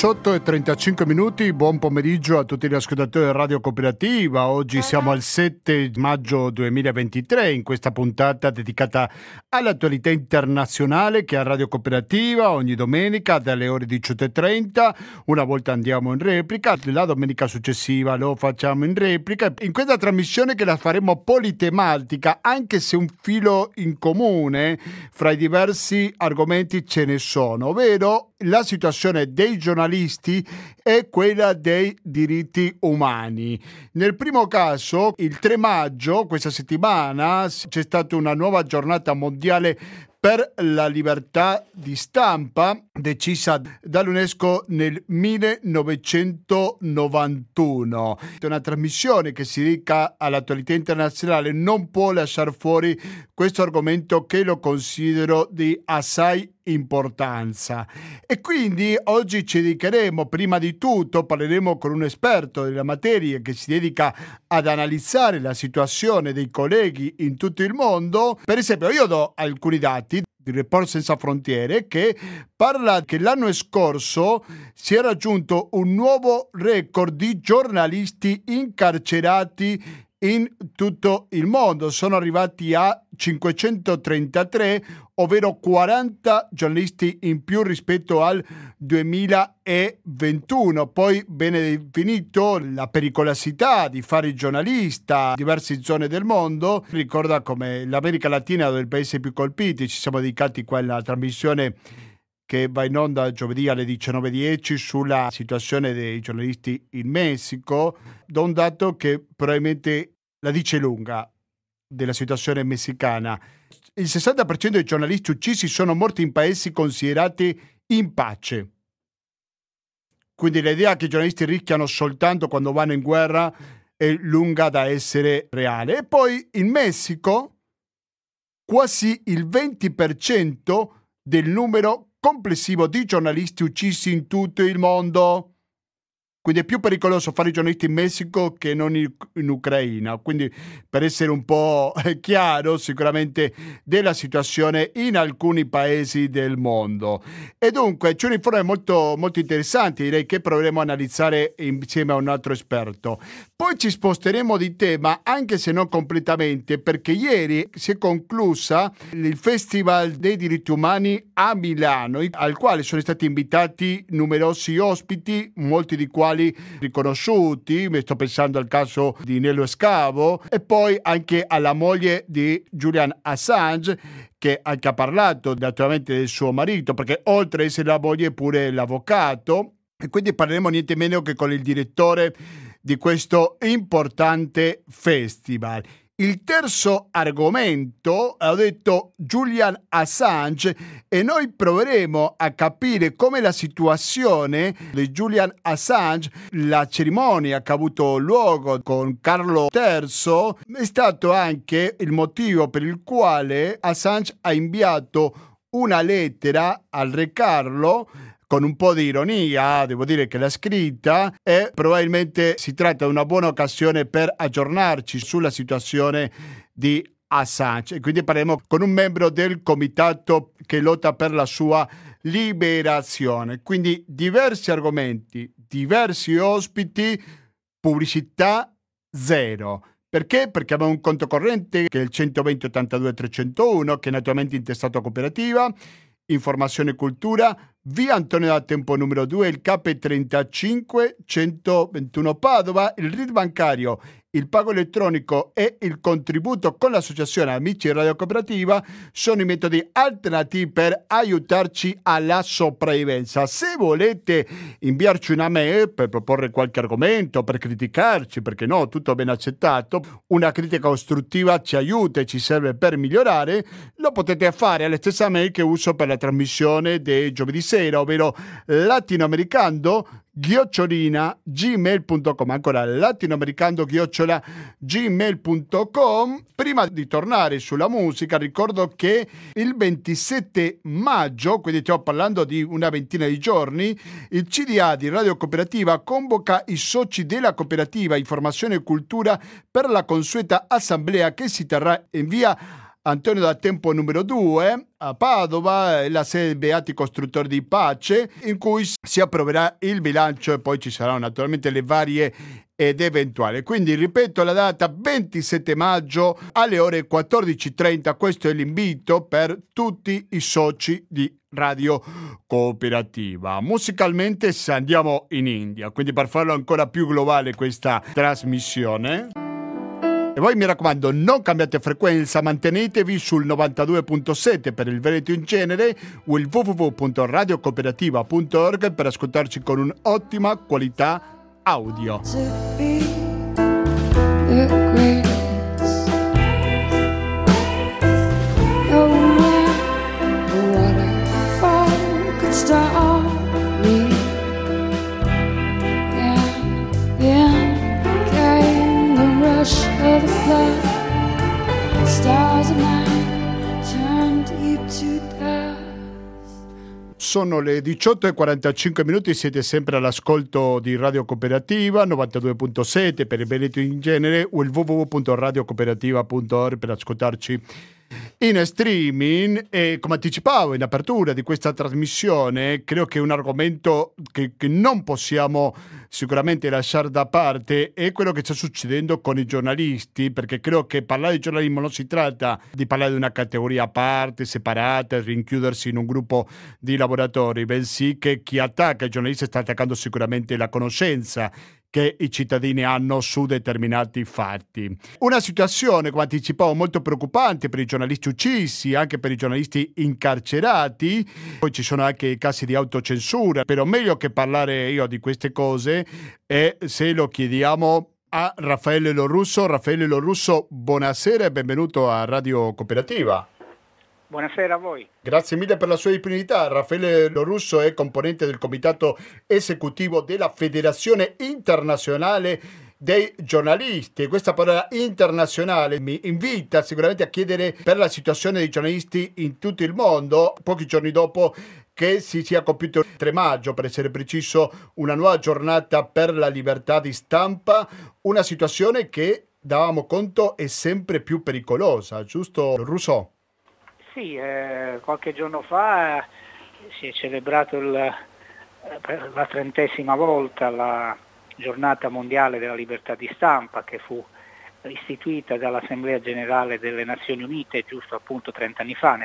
18:35, buon pomeriggio a tutti gli ascoltatori di Radio Cooperativa. Oggi siamo al 7 maggio 2023 in questa puntata dedicata all'attualità internazionale che a Radio Cooperativa ogni domenica dalle ore 18:30. Una volta andiamo in replica, la domenica successiva lo facciamo in replica. In questa trasmissione che la faremo politematica, anche se un filo in comune fra i diversi argomenti ce ne sono, ovvero la situazione dei giornalisti e quella dei diritti umani. Nel primo caso, il 3 maggio, questa settimana, c'è stata una nuova giornata mondiale per la libertà di stampa decisa dall'UNESCO nel 1991. Una trasmissione che si dedica all'attualità internazionale non può lasciare fuori questo argomento che lo considero di assai importanza. E quindi oggi ci dedicheremo, prima di tutto parleremo con un esperto della materia che si dedica ad analizzare la situazione dei colleghi in tutto il mondo. Per esempio, io do alcuni dati di Report Senza Frontiere che parla che l'anno scorso si è raggiunto un nuovo record di giornalisti incarcerati in tutto il mondo. Sono arrivati a 533, ovvero 40 giornalisti in più rispetto al 2021. Poi viene definito la pericolosità di fare il giornalista in diverse zone del mondo. Ricorda come l'America Latina è uno dei paesi più colpiti. Ci siamo dedicati qua alla trasmissione che va in onda giovedì alle 19:10 sulla situazione dei giornalisti in Messico. Do un dato che probabilmente la dice lunga della situazione messicana. Il 60% dei giornalisti uccisi sono morti in paesi considerati in pace. Quindi l'idea che i giornalisti rischiano soltanto quando vanno in guerra è lunga da essere reale. E poi in Messico quasi il 20% del numero complessivo di giornalisti uccisi in tutto il mondo. Quindi è più pericoloso fare i giornalisti in Messico che non in Ucraina. Quindi, per essere un po' chiaro, sicuramente della situazione in alcuni paesi del mondo. E dunque c'è un'informazione molto, molto interessante, direi che proveremo a analizzare insieme a un altro esperto. Poi ci sposteremo di tema, anche se non completamente, perché ieri si è conclusa il Festival dei diritti umani a Milano, al quale sono stati invitati numerosi ospiti, molti di quali riconosciuti. Mi sto pensando al caso di Nello Scavo e poi anche alla moglie di Julian Assange, che anche ha parlato naturalmente del suo marito, perché oltre ad essere la moglie è pure l'avvocato. E quindi parleremo niente meno che con il direttore di questo importante festival. Il terzo argomento, ho detto Julian Assange, e noi proveremo a capire come la situazione di Julian Assange, la cerimonia che ha avuto luogo con Carlo III, è stato anche il motivo per il quale Assange ha inviato una lettera al re Carlo, con un po' di ironia, devo dire che l'ha scritta, e probabilmente si tratta di una buona occasione per aggiornarci sulla situazione di Assange. E quindi parleremo con un membro del comitato che lotta per la sua liberazione. Quindi diversi argomenti, diversi ospiti, pubblicità zero. Perché? Perché abbiamo un conto corrente che è il 120 82 301, che è naturalmente intestato a Cooperativa. Informazione e cultura, via Antonio da Tempo numero 2, il KP 35 121 Padova, il RID bancario, il pago elettronico e il contributo con l'associazione Amici Radio Cooperativa sono i metodi alternativi per aiutarci alla sopravvivenza. Se volete inviarci una mail per proporre qualche argomento, per criticarci, perché no, tutto ben accettato, una critica costruttiva ci aiuta e ci serve per migliorare, lo potete fare alla stessa mail che uso per la trasmissione dei giovedì sera, ovvero latinoamericando@gmail.com. Ancora latinoamericando@gmail.com. Prima di tornare sulla musica, ricordo che il 27 maggio, quindi stiamo parlando di una ventina di giorni, il CDA di Radio Cooperativa convoca i soci della cooperativa Informazione e Cultura per la consueta assemblea che si terrà in via Antonio da Tempo numero 2 a Padova, la sede Beati Costruttori di Pace, in cui si approverà il bilancio e poi ci saranno naturalmente le varie ed eventuali. Quindi ripeto la data: 27 maggio alle ore 14:30. Questo è l'invito per tutti i soci di Radio Cooperativa. Musicalmente andiamo in India, quindi per farlo ancora più globale questa trasmissione. E voi mi raccomando, non cambiate frequenza, mantenetevi sul 92.7 per il Veneto in genere o il www.radiocooperativa.org per ascoltarci con un'ottima qualità audio. Sono le 18:45, siete sempre all'ascolto di Radio Cooperativa 92.7 per il Veneto in genere o il www.radiocooperativa.org per ascoltarci in streaming. E come anticipavo in apertura di questa trasmissione, credo che un argomento che non possiamo sicuramente lasciare da parte è quello che sta succedendo con i giornalisti, perché credo che parlare di giornalismo non si tratta di parlare di una categoria a parte, separata, rinchiudersi in un gruppo di lavoratori, bensì che chi attacca i giornalisti sta attaccando sicuramente la conoscenza che i cittadini hanno su determinati fatti. Una situazione, come anticipavo, molto preoccupante per i giornalisti uccisi, anche per i giornalisti incarcerati. Poi ci sono anche i casi di autocensura, però meglio che parlare io di queste cose è se lo chiediamo a Raffaele Lorusso. Raffaele Lorusso, buonasera e benvenuto a Radio Cooperativa. Buonasera a voi. Grazie mille per la sua disponibilità. Raffaele Lorusso è componente del comitato esecutivo della Federazione Internazionale dei Giornalisti. Questa parola internazionale mi invita sicuramente a chiedere per la situazione dei giornalisti in tutto il mondo, pochi giorni dopo che si sia compiuto il 3 maggio, per essere preciso, una nuova giornata per la libertà di stampa, una situazione che, davamo conto, è sempre più pericolosa, giusto Lorusso? Sì, qualche giorno fa si è celebrato per la 30ª volta la giornata mondiale della libertà di stampa, che fu istituita dall'Assemblea Generale delle Nazioni Unite giusto appunto 30 anni fa, nel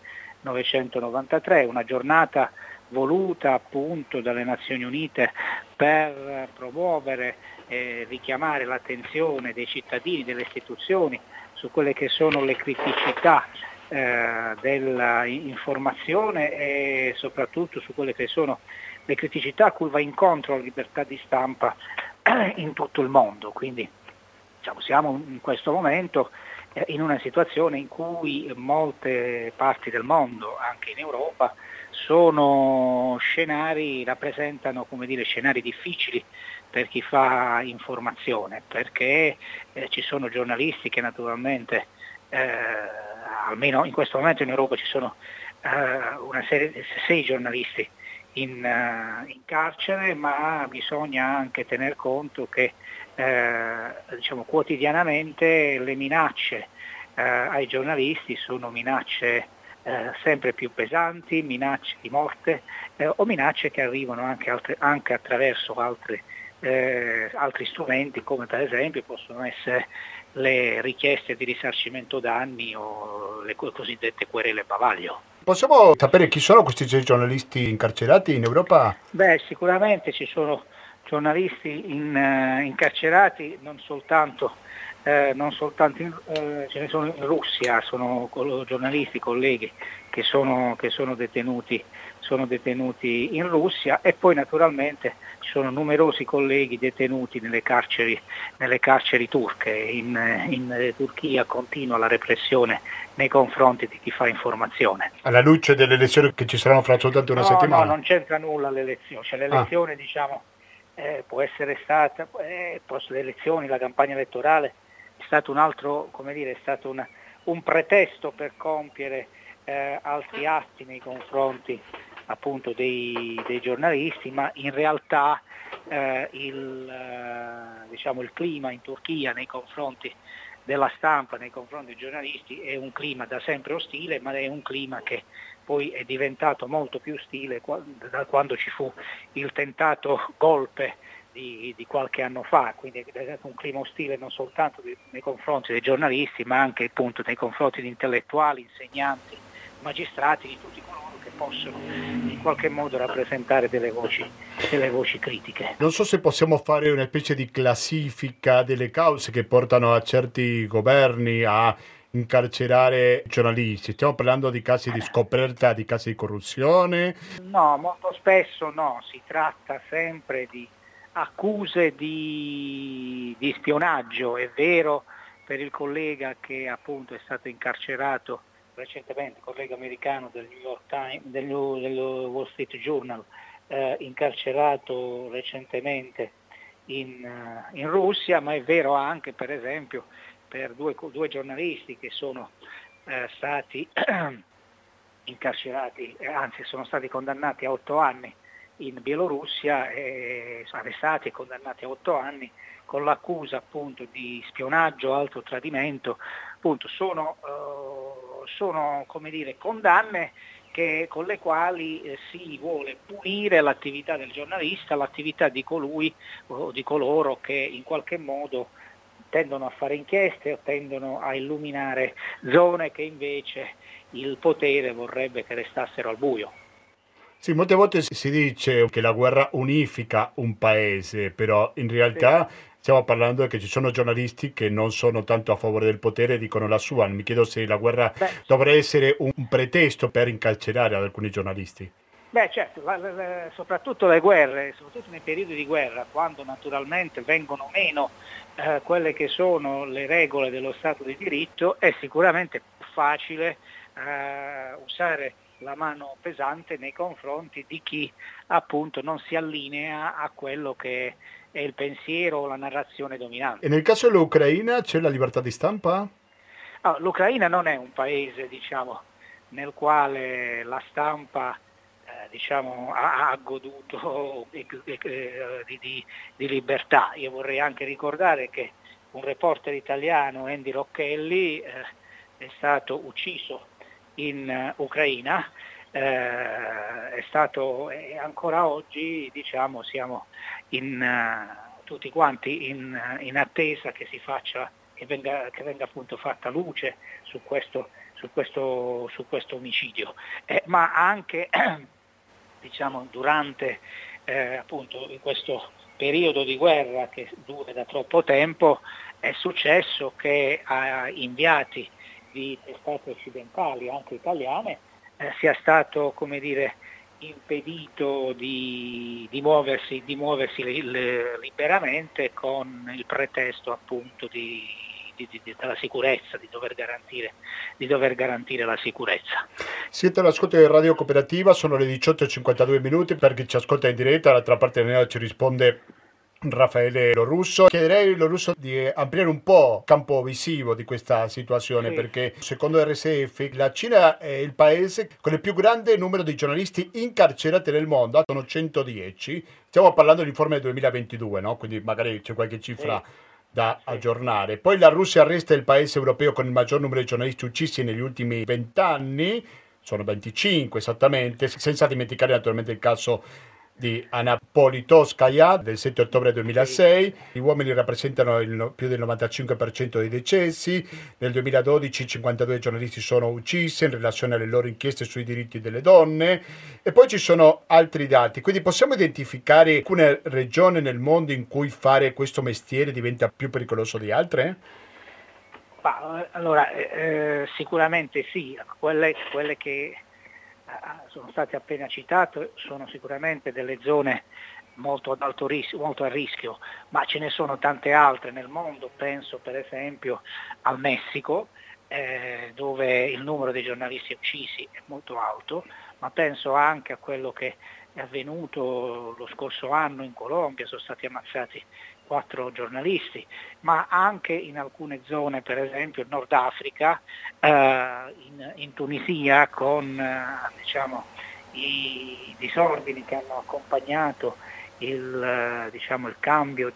1993, una giornata voluta appunto dalle Nazioni Unite per promuovere e richiamare l'attenzione dei cittadini, delle istituzioni su quelle che sono le criticità della informazione e soprattutto su quelle che sono le criticità a cui va incontro la libertà di stampa in tutto il mondo. Quindi siamo in questo momento in una situazione in cui molte parti del mondo, anche in Europa, rappresentano scenari difficili per chi fa informazione, perché ci sono giornalisti che naturalmente almeno in questo momento in Europa ci sono una serie di 6 giornalisti in carcere, ma bisogna anche tener conto che quotidianamente le minacce ai giornalisti sono minacce sempre più pesanti, minacce di morte o minacce che arrivano anche attraverso altri strumenti, come per esempio possono essere le richieste di risarcimento danni o le cosiddette querele bavaglio. Possiamo sapere chi sono questi 6 giornalisti incarcerati in Europa? Sicuramente ci sono giornalisti incarcerati non soltanto ce ne sono in Russia, sono giornalisti, colleghi che sono detenuti in Russia, e poi naturalmente ci sono numerosi colleghi detenuti nelle carceri turche. In Turchia continua la repressione nei confronti di chi fa informazione. Alla luce delle elezioni che ci saranno fra soltanto una settimana? No, non c'entra nulla l'elezione, l'elezione può essere stata, post le elezioni, la campagna elettorale è stato un altro, è stato un pretesto per compiere altri atti nei confronti appunto dei giornalisti, ma in realtà il clima in Turchia nei confronti della stampa nei confronti dei giornalisti è un clima da sempre ostile, ma è un clima che poi è diventato molto più ostile da quando ci fu il tentato golpe di qualche anno fa, quindi è un clima ostile non soltanto nei confronti dei giornalisti, ma anche appunto nei confronti di intellettuali, insegnanti, magistrati, di tutti coloro che possono in qualche modo rappresentare delle voci critiche. Non so se possiamo fare una specie di classifica delle cause che portano a certi governi a incarcerare giornalisti. Stiamo parlando di casi di scoperta, di casi di corruzione? No, molto spesso no, si tratta sempre di accuse di spionaggio. È vero per il collega che appunto è stato incarcerato recentemente, collega americano del New York Times, dello Wall Street Journal, incarcerato recentemente in Russia, ma è vero anche per esempio per due giornalisti che sono stati incarcerati, anzi sono stati condannati a 8 anni in Bielorussia, arrestati e condannati a 8 anni con l'accusa appunto di spionaggio, alto tradimento. Appunto sono come dire, condanne con le quali si vuole punire l'attività del giornalista, l'attività di colui o di coloro che in qualche modo tendono a fare inchieste o tendono a illuminare zone che invece il potere vorrebbe che restassero al buio. Sì, molte volte si dice che la guerra unifica un paese, però in realtà stiamo parlando che ci sono giornalisti che non sono tanto a favore del potere e dicono la sua. Mi chiedo se la guerra dovrebbe essere un pretesto per incarcerare ad alcuni giornalisti. Beh certo, soprattutto le guerre, soprattutto nei periodi di guerra, quando naturalmente vengono meno quelle che sono le regole dello Stato di diritto, è sicuramente più facile usare la mano pesante nei confronti di chi appunto non si allinea a quello che è il pensiero o la narrazione dominante. E nel caso dell'Ucraina c'è la libertà di stampa? L'Ucraina non è un paese, diciamo, nel quale la stampa ha goduto di libertà. Io vorrei anche ricordare che un reporter italiano, Andy Rocchelli, è stato ucciso in Ucraina, è stato, e ancora oggi diciamo siamo tutti quanti in attesa che si faccia, che venga appunto fatta luce su questo omicidio, ma anche diciamo durante appunto in questo periodo di guerra che dura da troppo tempo è successo che a inviati di testate occidentali, anche italiane, sia stato, come dire, impedito di muoversi liberamente con il pretesto appunto della sicurezza, di dover garantire la sicurezza. Siete all'ascolto di Radio Cooperativa, sono le 18:52 per chi ci ascolta in diretta, dall'altra parte del ci risponde Raffaele Lorusso. Chiederei a Lorusso di ampliare un po' il campo visivo di questa situazione, perché secondo RSF la Cina è il paese con il più grande numero di giornalisti incarcerati nel mondo, sono 110, stiamo parlando dell'informe del 2022, no? Quindi magari c'è qualche cifra da aggiornare. Poi la Russia resta il paese europeo con il maggior numero di giornalisti uccisi negli ultimi 20 anni, sono 25 esattamente, senza dimenticare naturalmente il caso di Anna Politkovskaya del 7 ottobre 2006. Gli uomini rappresentano più del 95% dei decessi. Nel 2012 52 giornalisti sono uccisi in relazione alle loro inchieste sui diritti delle donne. E poi ci sono altri dati. Quindi possiamo identificare alcune regioni nel mondo in cui fare questo mestiere diventa più pericoloso di altre? Allora, sicuramente sì. Quelle che sono state appena citate sono sicuramente delle zone molto ad alto rischio, molto a rischio, ma ce ne sono tante altre nel mondo. Penso per esempio al Messico, dove il numero dei giornalisti uccisi è molto alto, ma penso anche a quello che è avvenuto lo scorso anno in Colombia, sono stati ammazzati 4 giornalisti, ma anche in alcune zone, per esempio il Nord Africa, in Tunisia, con i disordini che hanno accompagnato il cambio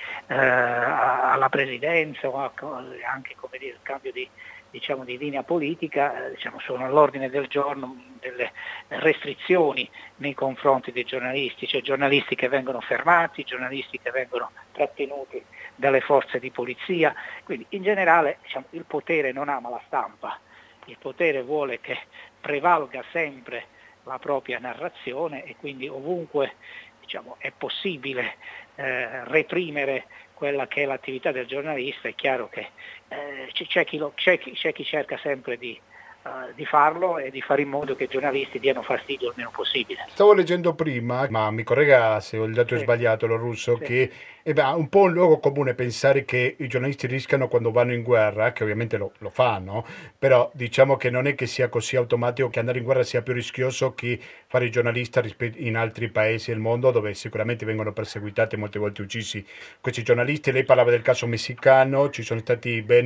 alla presidenza o anche il cambio di linea politica, sono all'ordine del giorno delle restrizioni nei confronti dei giornalisti, cioè giornalisti che vengono fermati, giornalisti che vengono trattenuti dalle forze di polizia. Quindi in generale il potere non ama la stampa, il potere vuole che prevalga sempre la propria narrazione e quindi ovunque è possibile reprimere quella che è l'attività del giornalista. È chiaro che c'è chi cerca sempre di farlo e di fare in modo che i giornalisti diano fastidio il meno possibile. Stavo leggendo prima, ma mi corregga se ho il dato sbagliato, lo russo, che è un po' un luogo comune pensare che i giornalisti rischiano quando vanno in guerra, che ovviamente lo fanno, però diciamo che non è che sia così automatico che andare in guerra sia più rischioso che fare il giornalista in altri paesi del mondo dove sicuramente vengono perseguitati e molte volte uccisi questi giornalisti. Lei parlava del caso messicano, ci sono stati ben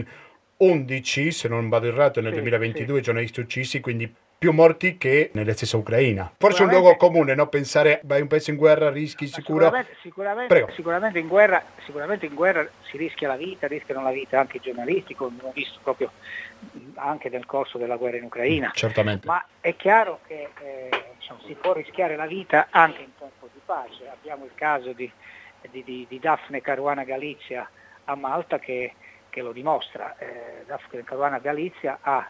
11, se non vado errato, nel 2022 giornalisti uccisi, quindi più morti che nella stessa Ucraina. Forse è un luogo comune, no? Pensare vai un paese in guerra, rischi sicuro. Sicuramente in guerra si rischia la vita, rischiano la vita anche i giornalisti, come abbiamo visto proprio anche nel corso della guerra in Ucraina. Certamente. Ma è chiaro che si può rischiare la vita anche in tempo di pace. Abbiamo il caso di Daphne Caruana Galizia a Malta che lo dimostra. Daphne Caruana Galizia ha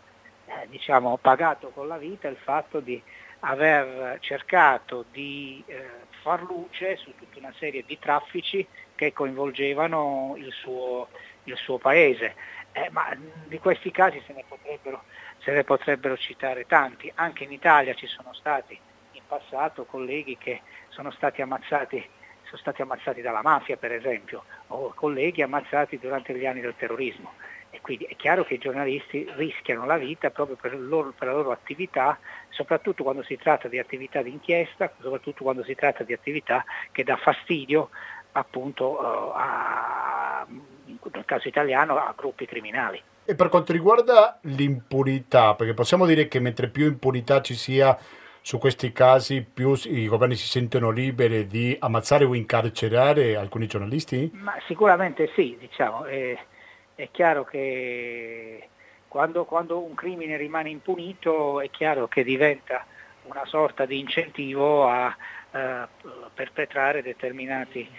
pagato con la vita il fatto di aver cercato di far luce su tutta una serie di traffici che coinvolgevano il suo paese. Ma di questi casi se ne potrebbero citare tanti. Anche in Italia ci sono stati in passato colleghi che sono stati ammazzati dalla mafia, per esempio, o colleghi ammazzati durante gli anni del terrorismo. E quindi è chiaro che i giornalisti rischiano la vita proprio per la loro attività, soprattutto quando si tratta di attività di inchiesta, soprattutto quando si tratta di attività che dà fastidio appunto nel caso italiano a gruppi criminali. E per quanto riguarda l'impunità, perché possiamo dire che mentre più impunità ci sia su questi casi, più i governi si sentono liberi di ammazzare o incarcerare alcuni giornalisti? Ma sicuramente sì, è chiaro che quando un crimine rimane impunito è chiaro che diventa una sorta di incentivo a perpetrare determinate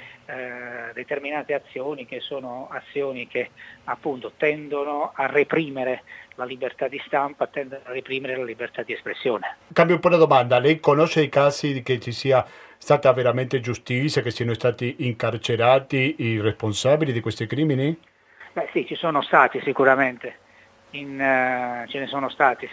azioni che sono azioni che appunto tendono a reprimere la libertà di stampa, tendono a reprimere la libertà di espressione. Cambio un po' la domanda, lei conosce i casi di che ci sia stata veramente giustizia, che siano stati incarcerati i responsabili di questi crimini? Beh sì, ci sono stati sicuramente, se ne sono stati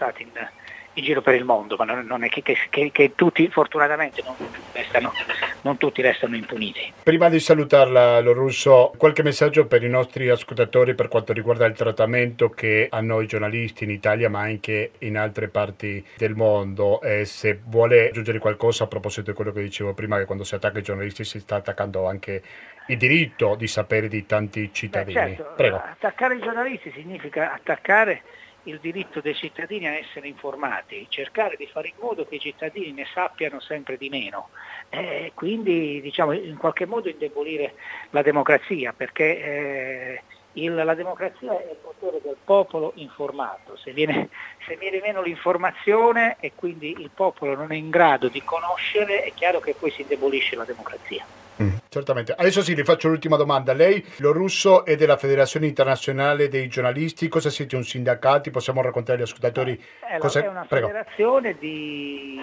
in giro per il mondo, ma non è che tutti, fortunatamente, non tutti restano impuniti. Prima di salutarla, lo russo, qualche messaggio per i nostri ascoltatori per quanto riguarda il trattamento che hanno i giornalisti in Italia, ma anche in altre parti del mondo, e se vuole aggiungere qualcosa a proposito di quello che dicevo prima, che quando si attacca i giornalisti si sta attaccando anche il diritto di sapere di tanti cittadini. Certo, Prego. Attaccare i giornalisti significa attaccare il diritto dei cittadini a essere informati, cercare di fare in modo che i cittadini ne sappiano sempre di meno, quindi in qualche modo indebolire la democrazia, perché la democrazia è il potere del popolo informato. Se viene meno l'informazione e quindi il popolo non è in grado di conoscere, è chiaro che poi si indebolisce la democrazia. Certamente. Adesso sì, le faccio l'ultima domanda. Lei, lo russo, è della Federazione Internazionale dei Giornalisti. Cosa siete, un sindacato? Possiamo raccontare agli ascoltatori? È una federazione di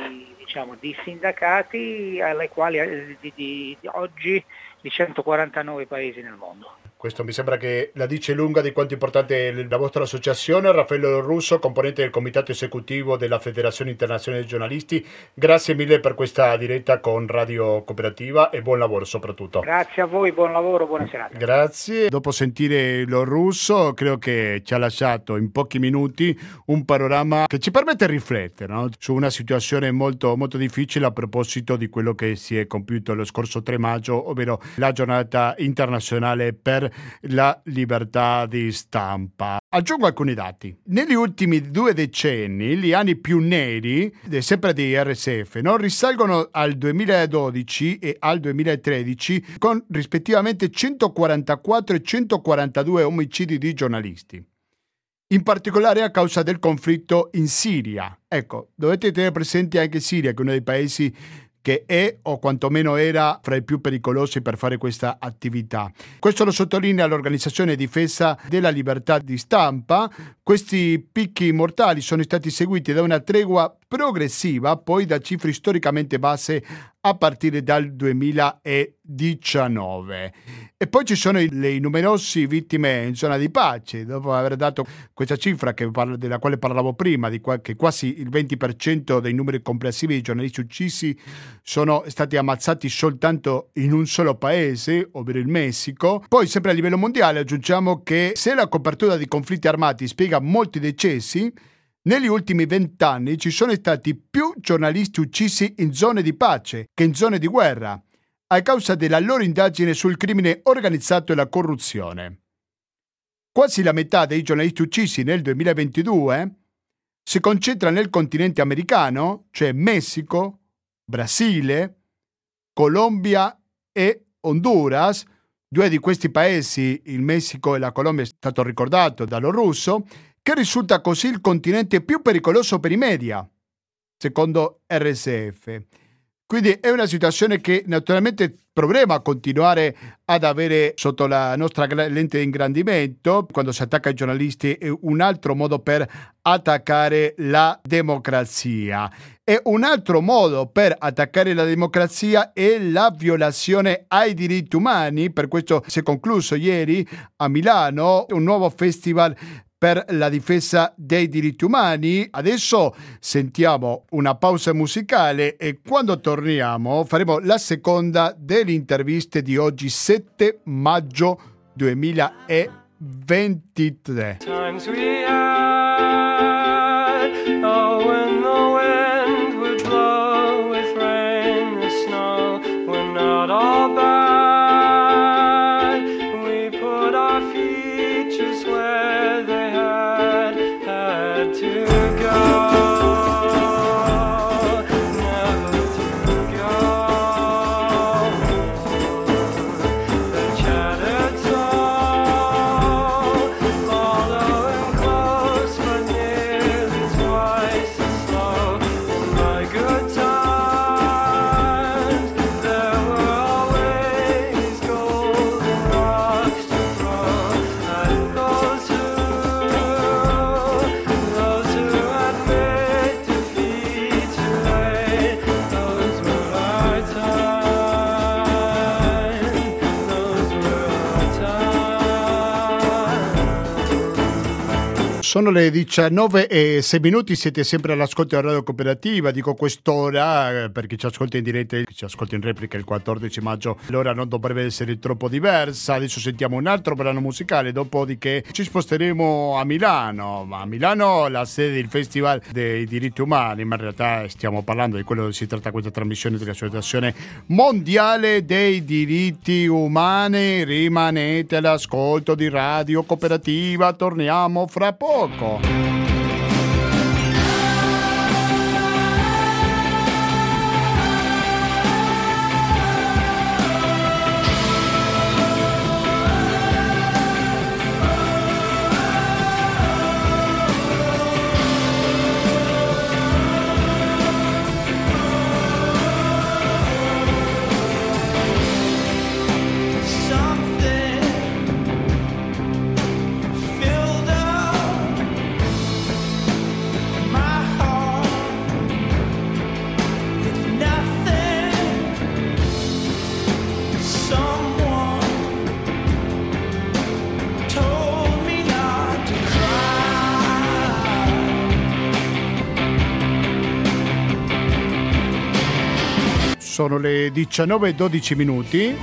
sindacati alle quali di oggi di 149 paesi nel mondo. Questo mi sembra che la dice lunga di quanto importante è la vostra associazione. Raffaello Russo, componente del comitato esecutivo della Federazione Internazionale dei Giornalisti, grazie mille per questa diretta con Radio Cooperativa e buon lavoro soprattutto. Grazie a voi, buon lavoro, buona serata. Grazie. Dopo sentire lo russo, credo che ci ha lasciato in pochi minuti un panorama che ci permette di riflettere, no? Su una situazione molto, molto difficile a proposito di quello che si è compiuto lo scorso 3 maggio, ovvero la giornata internazionale per la libertà di stampa. Aggiungo alcuni dati. Negli ultimi 2 decenni, gli anni più neri, sempre di RSF, risalgono al 2012 e al 2013, con rispettivamente 144 e 142 omicidi di giornalisti. In particolare a causa del conflitto in Siria. Ecco, dovete tenere presente anche Siria, che è uno dei paesi che è o quantomeno era fra i più pericolosi per fare questa attività. Questo lo sottolinea l'Organizzazione Difesa della Libertà di Stampa. Questi picchi mortali sono stati seguiti da una tregua progressiva, poi da cifre storicamente basse a partire dal 2019. E poi ci sono le numerose vittime in zona di pace, dopo aver dato questa cifra della quale parlavo prima, che quasi il 20% dei numeri complessivi di giornalisti uccisi sono stati ammazzati soltanto in un solo paese, ovvero il Messico. Poi sempre a livello mondiale aggiungiamo che se la copertura di conflitti armati spiega molti decessi, negli ultimi 20 anni ci sono stati più giornalisti uccisi in zone di pace che in zone di guerra, a causa della loro indagine sul crimine organizzato e la corruzione. Quasi la metà dei giornalisti uccisi nel 2022 si concentra nel continente americano, cioè Messico, Brasile, Colombia e Honduras. 2 di questi paesi, il Messico e la Colombia, è stato ricordato dallo russo, che risulta così il continente più pericoloso per i media, secondo RSF. Quindi è una situazione che naturalmente proveremo a continuare ad avere sotto la nostra lente di ingrandimento. Quando si attacca ai giornalisti è un altro modo per attaccare la democrazia. E un altro modo per attaccare la democrazia è la violazione ai diritti umani. Per questo si è concluso ieri a Milano un nuovo festival per la difesa dei diritti umani. Adesso sentiamo una pausa musicale e quando torniamo faremo la seconda delle interviste di oggi, 7 maggio 2023. Times we had, oh, when the wind would blow with rain and snow, we're not all bad. We put our features where they had to go, never to go. The chattered song, following close but nearly twice as slow. In my good times, there were always golden rocks to throw at those who admit defeat too late. Those were our times. Those were our times. Sono le 19:06, siete sempre all'ascolto della Radio Cooperativa. Dico quest'ora per chi ci ascolta in diretta e chi ci ascolta in replica il 14 maggio. L'ora non dovrebbe essere troppo diversa. Adesso sentiamo un altro brano musicale, dopodiché ci sposteremo a Milano. Ma a Milano la sede del Festival dei diritti umani, ma in realtà stiamo parlando di quello che si tratta questa trasmissione dell'Associazione Mondiale dei Diritti Umani. Rimanete all'ascolto di Radio Cooperativa, torniamo fra poco. Filled up my heart with nothing. Someone told me not to cry. Sono le 19:12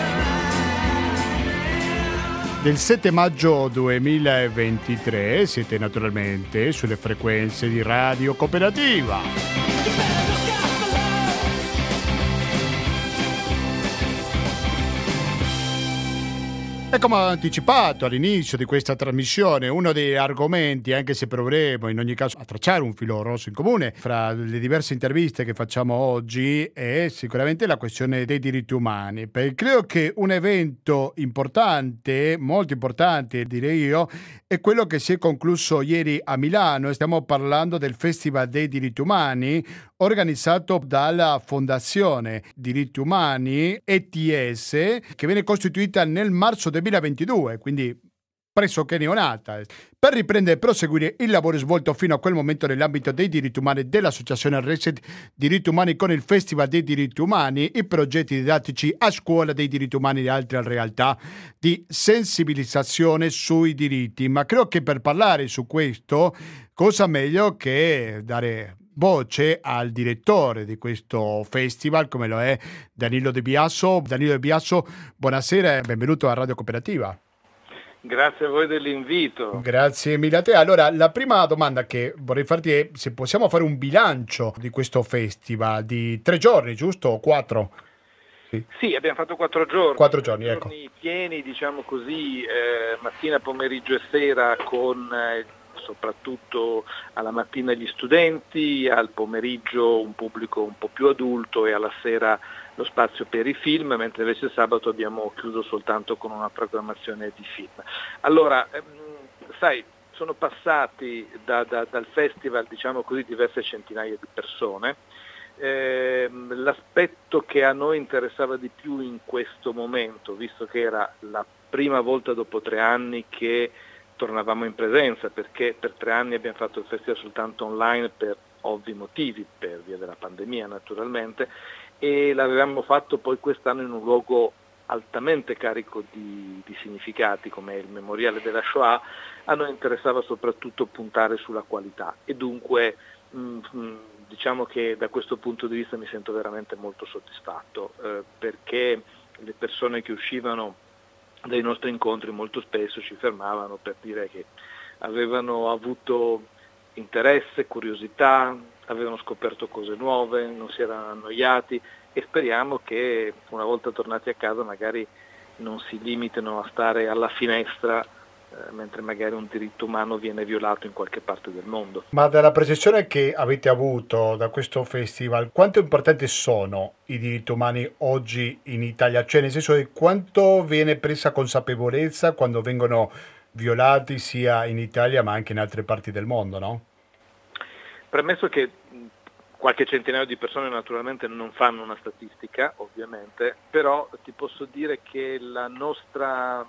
del 7 maggio 2023. Siete naturalmente sulle frequenze di Radio Cooperativa. E come ho anticipato all'inizio di questa trasmissione, uno degli argomenti, anche se proveremo in ogni caso a tracciare un filo rosso in comune fra le diverse interviste che facciamo oggi, è sicuramente la questione dei diritti umani. Perché credo che un evento importante, molto importante direi io, è quello che si è concluso ieri a Milano. Stiamo parlando del Festival dei diritti umani, organizzato dalla Fondazione Diritti Umani ETS, che viene costituita nel marzo 2022, quindi pressoché neonata, per riprendere e proseguire il lavoro svolto fino a quel momento nell'ambito dei diritti umani dell'associazione Reset Diritti Umani con il Festival dei diritti umani, i progetti didattici a scuola dei diritti umani e altre realtà di sensibilizzazione sui diritti. Ma credo che per parlare su questo, cosa meglio che dare voce al direttore di questo festival, come lo è Danilo De Biaso. Danilo De Biaso, buonasera e benvenuto a Radio Cooperativa. Grazie a voi dell'invito. Grazie mille a te. Allora, la prima domanda che vorrei farti è se possiamo fare un bilancio di questo festival di 3 giorni, giusto? O 4? Sì, abbiamo fatto 4 giorni. 4 giorni, ecco. Pieni, diciamo così, mattina, pomeriggio e sera, con soprattutto alla mattina gli studenti, al pomeriggio un pubblico un po' più adulto e alla sera lo spazio per i film, mentre invece sabato abbiamo chiuso soltanto con una programmazione di film. Allora, sai, sono passati dal festival, diciamo così, diverse centinaia di persone. L'aspetto che a noi interessava di più in questo momento, visto che era la prima volta dopo 3 anni che tornavamo in presenza, perché per 3 anni abbiamo fatto il festival soltanto online per ovvi motivi, per via della pandemia naturalmente, e l'avevamo fatto poi quest'anno in un luogo altamente carico di significati come il Memoriale della Shoah. A noi interessava soprattutto puntare sulla qualità e dunque diciamo che da questo punto di vista mi sento veramente molto soddisfatto, perché le persone che uscivano dai nostri incontri molto spesso ci fermavano per dire che avevano avuto interesse, curiosità, avevano scoperto cose nuove, non si erano annoiati e speriamo che una volta tornati a casa magari non si limitino a stare alla finestra mentre magari un diritto umano viene violato in qualche parte del mondo. Ma dalla percezione che avete avuto da questo festival, quanto importanti sono i diritti umani oggi in Italia? Cioè, nel senso di quanto viene presa consapevolezza quando vengono violati sia in Italia ma anche in altre parti del mondo, no? Premesso che qualche centinaio di persone naturalmente non fanno una statistica, ovviamente, però ti posso dire che la nostra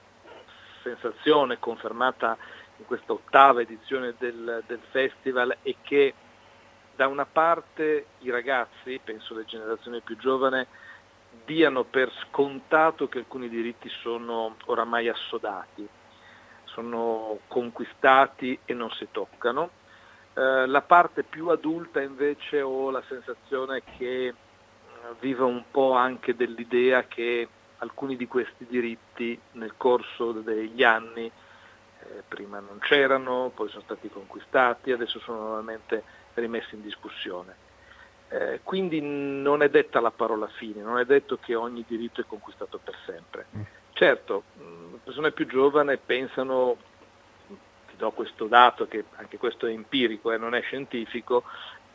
sensazione confermata in questa 8ª edizione del festival è che da una parte i ragazzi, penso le generazioni più giovani, diano per scontato che alcuni diritti sono oramai assodati, sono conquistati e non si toccano. La parte più adulta invece ho la sensazione che vive un po' anche dell'idea che alcuni di questi diritti nel corso degli anni prima non c'erano, poi sono stati conquistati, adesso sono nuovamente rimessi in discussione. Quindi non è detta la parola fine, non è detto che ogni diritto è conquistato per sempre. Certo, le persone più giovani pensano, ti do questo dato che anche questo è empirico e non è scientifico,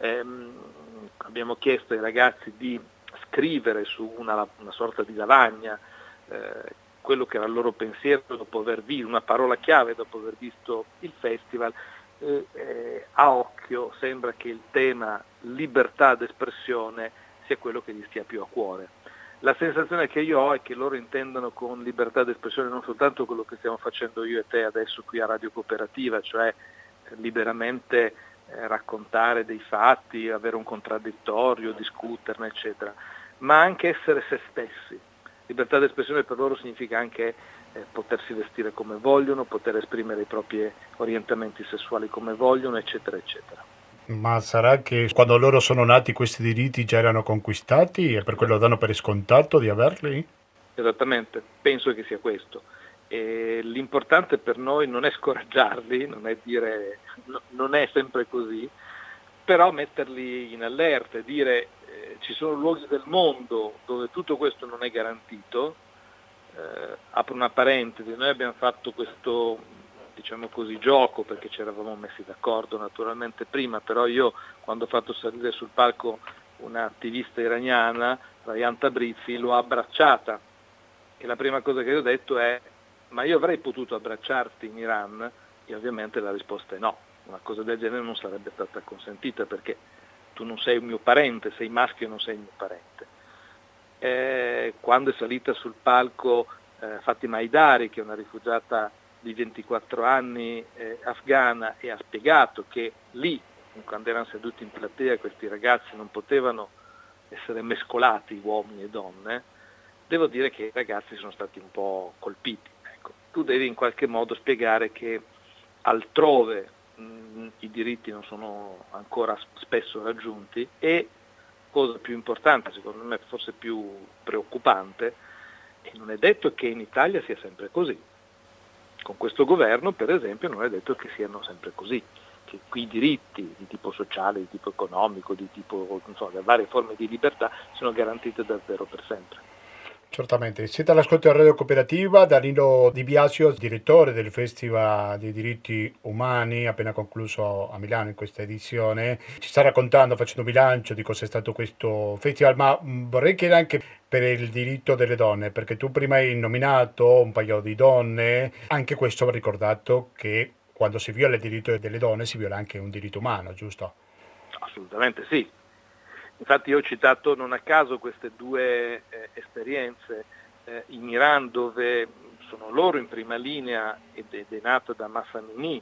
abbiamo chiesto ai ragazzi di scrivere su una sorta di lavagna quello che era il loro pensiero dopo aver visto, una parola chiave dopo aver visto il festival, a occhio sembra che il tema libertà d'espressione sia quello che gli stia più a cuore. La sensazione che io ho è che loro intendano con libertà d'espressione non soltanto quello che stiamo facendo io e te adesso qui a Radio Cooperativa, cioè liberamente raccontare dei fatti, avere un contraddittorio, discuterne, eccetera, ma anche essere se stessi. Libertà d'espressione per loro significa anche potersi vestire come vogliono, poter esprimere i propri orientamenti sessuali come vogliono, eccetera, eccetera. Ma sarà che quando loro sono nati questi diritti già erano conquistati e per quello danno per scontato di averli? Esattamente, penso che sia questo. E l'importante per noi non è scoraggiarli, non è dire non è sempre così, però metterli in allerta e dire ci sono luoghi del mondo dove tutto questo non è garantito, apro una parentesi, noi abbiamo fatto questo, diciamo così, gioco, perché ci eravamo messi d'accordo naturalmente prima, però io quando ho fatto salire sul palco un'attivista iraniana, Rayan Tabrizi, l'ho abbracciata, e la prima cosa che io ho detto è: ma io avrei potuto abbracciarti in Iran? E ovviamente la risposta è no, una cosa del genere non sarebbe stata consentita, perché tu non sei un mio parente, sei maschio e non sei il mio parente. Quando è salita sul palco Fatima Haidari, che è una rifugiata di 24 anni afghana, e ha spiegato che lì, quando erano seduti in platea, questi ragazzi non potevano essere mescolati, uomini e donne, devo dire che i ragazzi sono stati un po' colpiti. Ecco, tu devi in qualche modo spiegare che altrove i diritti non sono ancora spesso raggiunti, e cosa più importante, secondo me forse più preoccupante, e non è detto che in Italia sia sempre così. Con questo governo, per esempio, non è detto che siano sempre così, che qui i diritti di tipo sociale, di tipo economico, di tipo, non so, le varie forme di libertà sono garantite davvero per sempre. Certamente, siete all'ascolto della Radio Cooperativa. Danilo Di Biasio, direttore del Festival dei diritti umani appena concluso a Milano in questa edizione, ci sta raccontando, facendo un bilancio di cos'è stato questo festival, ma vorrei chiedere anche per il diritto delle donne, perché tu prima hai nominato un paio di donne, anche questo va ricordato che quando si viola il diritto delle donne si viola anche un diritto umano, giusto? Assolutamente sì. Infatti io ho citato non a caso queste due esperienze in Iran, dove sono loro in prima linea, ed è nata da Mahsa Amini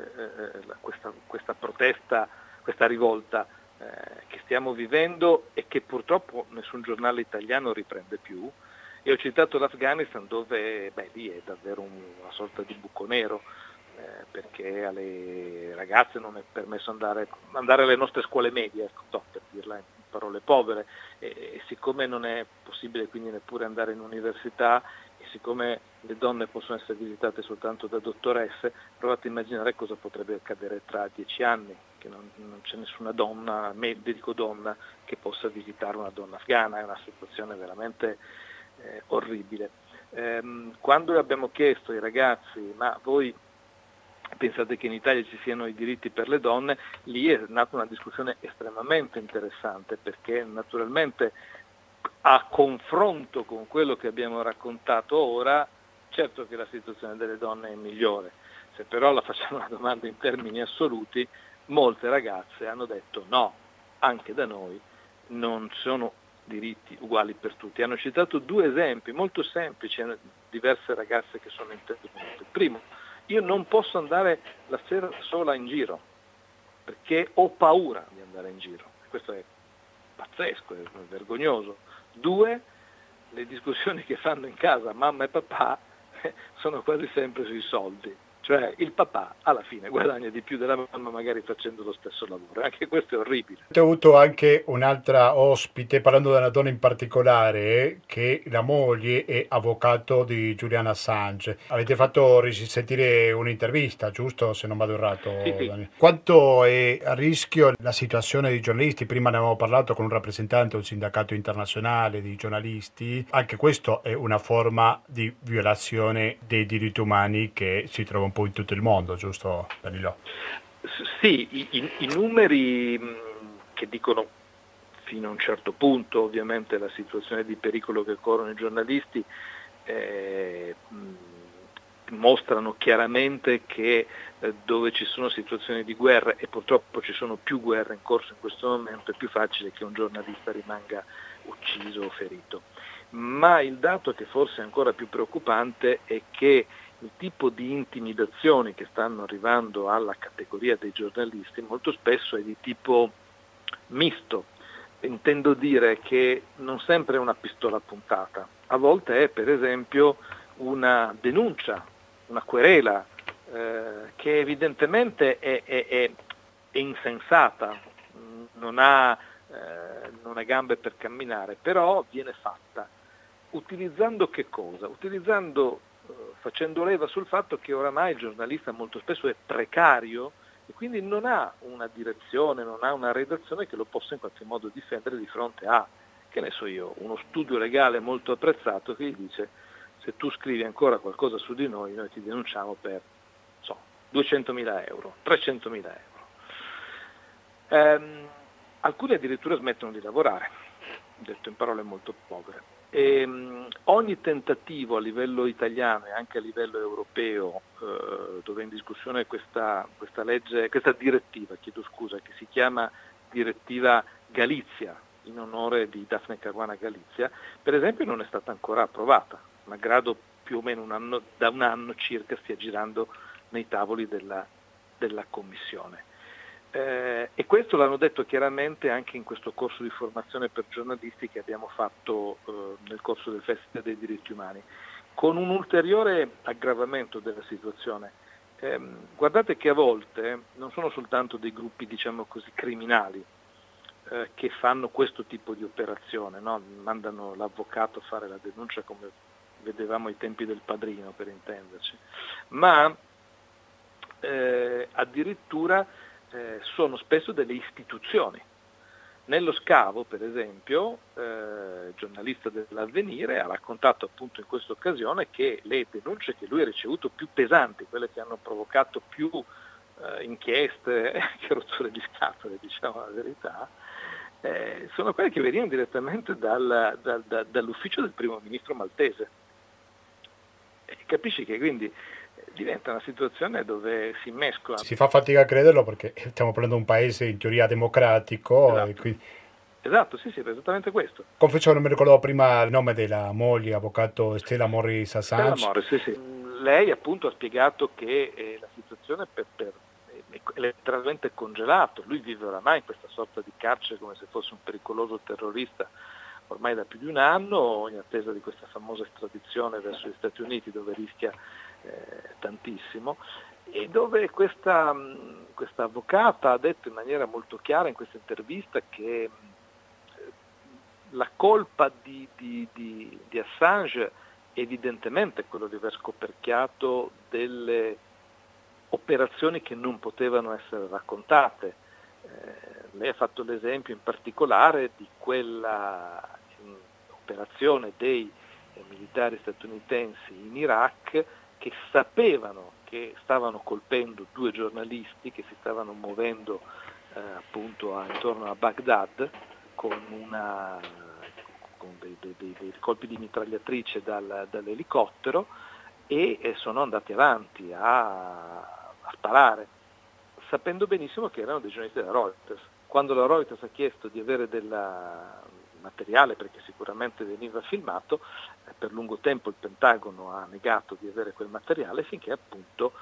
questa protesta, questa rivolta che stiamo vivendo e che purtroppo nessun giornale italiano riprende più. E ho citato l'Afghanistan, dove lì è davvero una sorta di buco nero, perché alle ragazze non è permesso andare alle nostre scuole medie, per dirla in parole povere, e siccome non è possibile quindi neppure andare in università, e siccome le donne possono essere visitate soltanto da dottoresse, provate a immaginare cosa potrebbe accadere tra 10 anni, che non c'è nessuna donna, medico donna, che possa visitare una donna afghana. È una situazione veramente orribile. Quando abbiamo chiesto ai ragazzi: ma voi pensate che in Italia ci siano i diritti per le donne? Lì è nata una discussione estremamente interessante, perché naturalmente a confronto con quello che abbiamo raccontato ora, certo che la situazione delle donne è migliore. Se però la facciamo una domanda in termini assoluti, molte ragazze hanno detto no, anche da noi non sono diritti uguali per tutti. Hanno citato due esempi molto semplici, diverse ragazze che sono intervenute. Primo, io non posso andare la sera sola in giro, perché ho paura di andare in giro. Questo è pazzesco, è vergognoso. Due, le discussioni che fanno in casa mamma e papà sono quasi sempre sui soldi. Cioè il papà alla fine guadagna di più della mamma, magari facendo lo stesso lavoro. Anche questo è orribile. Ho avuto anche un'altra ospite, parlando di una donna in particolare, che la moglie è avvocato di Julian Assange. Avete fatto sentire un'intervista, giusto? Se non vado errato. Sì. Quanto è a rischio la situazione dei giornalisti? Prima ne avevamo parlato con un rappresentante di un sindacato internazionale di giornalisti. Anche questo è una forma di violazione dei diritti umani che si trova un po' in tutto il mondo, giusto Danilo? Sì, i numeri che dicono fino a un certo punto ovviamente la situazione di pericolo che corrono i giornalisti mostrano chiaramente che dove ci sono situazioni di guerra, e purtroppo ci sono più guerre in corso in questo momento, è più facile che un giornalista rimanga ucciso o ferito. Ma il dato che forse è ancora più preoccupante è che il tipo di intimidazioni che stanno arrivando alla categoria dei giornalisti molto spesso è di tipo misto. Intendo dire che non sempre è una pistola puntata, a volte è per esempio una denuncia, una querela che evidentemente è insensata, non ha gambe per camminare, però viene fatta. Utilizzando che cosa? Facendo leva sul fatto che oramai il giornalista molto spesso è precario e quindi non ha una direzione, non ha una redazione che lo possa in qualche modo difendere di fronte a, che ne so io, uno studio legale molto apprezzato che gli dice: se tu scrivi ancora qualcosa su di noi ti denunciamo per 200.000 euro, 300.000 euro. Alcuni addirittura smettono di lavorare, detto in parole molto povere. Ogni tentativo a livello italiano e anche a livello europeo, dove è in discussione questa direttiva, che si chiama direttiva Galizia, in onore di Daphne Caruana Galizia, per esempio non è stata ancora approvata, malgrado più o meno da un anno circa stia girando nei tavoli della Commissione. E questo l'hanno detto chiaramente anche in questo corso di formazione per giornalisti che abbiamo fatto nel corso del Festival dei diritti umani, con un ulteriore aggravamento della situazione. Guardate che a volte non sono soltanto dei gruppi, diciamo così, criminali che fanno questo tipo di operazione, no? Mandano l'avvocato a fare la denuncia come vedevamo ai tempi del Padrino, per intenderci, ma addirittura sono spesso delle istituzioni. Nello scavo, per esempio, il giornalista dell'Avvenire ha raccontato appunto in questa occasione che le denunce che lui ha ricevuto più pesanti, quelle che hanno provocato più inchieste che rotture di scatole, diciamo la verità, sono quelle che venivano direttamente dall'ufficio del primo ministro maltese. E capisci che quindi diventa una situazione dove si mescola. Si fa fatica a crederlo perché stiamo parlando di un paese in teoria democratico. Esatto, e quindi... esatto, sì, è esattamente questo. Confesso, non mi ricordavo prima il nome della moglie, avvocato Stella Morris Assange. Stella Morris, sì. Lei appunto ha spiegato che la situazione è letteralmente congelato. Lui vive oramai in questa sorta di carcere come se fosse un pericoloso terrorista ormai da più di un anno, in attesa di questa famosa estradizione verso gli Stati Uniti, dove rischia tantissimo, e dove questa avvocata ha detto in maniera molto chiara in questa intervista che la colpa di Assange evidentemente è quello di aver scoperchiato delle operazioni che non potevano essere raccontate. Lei ha fatto l'esempio in particolare di quella operazione dei militari statunitensi in Iraq che sapevano che stavano colpendo 2 giornalisti che si stavano muovendo appunto intorno a Baghdad con dei colpi di mitragliatrice dall'elicottero, e sono andati avanti a sparare, sapendo benissimo che erano dei giornalisti della Reuters. Quando la Reuters ha chiesto di avere del materiale, perché sicuramente veniva filmato, per lungo tempo il Pentagono ha negato di avere quel materiale, finché appunto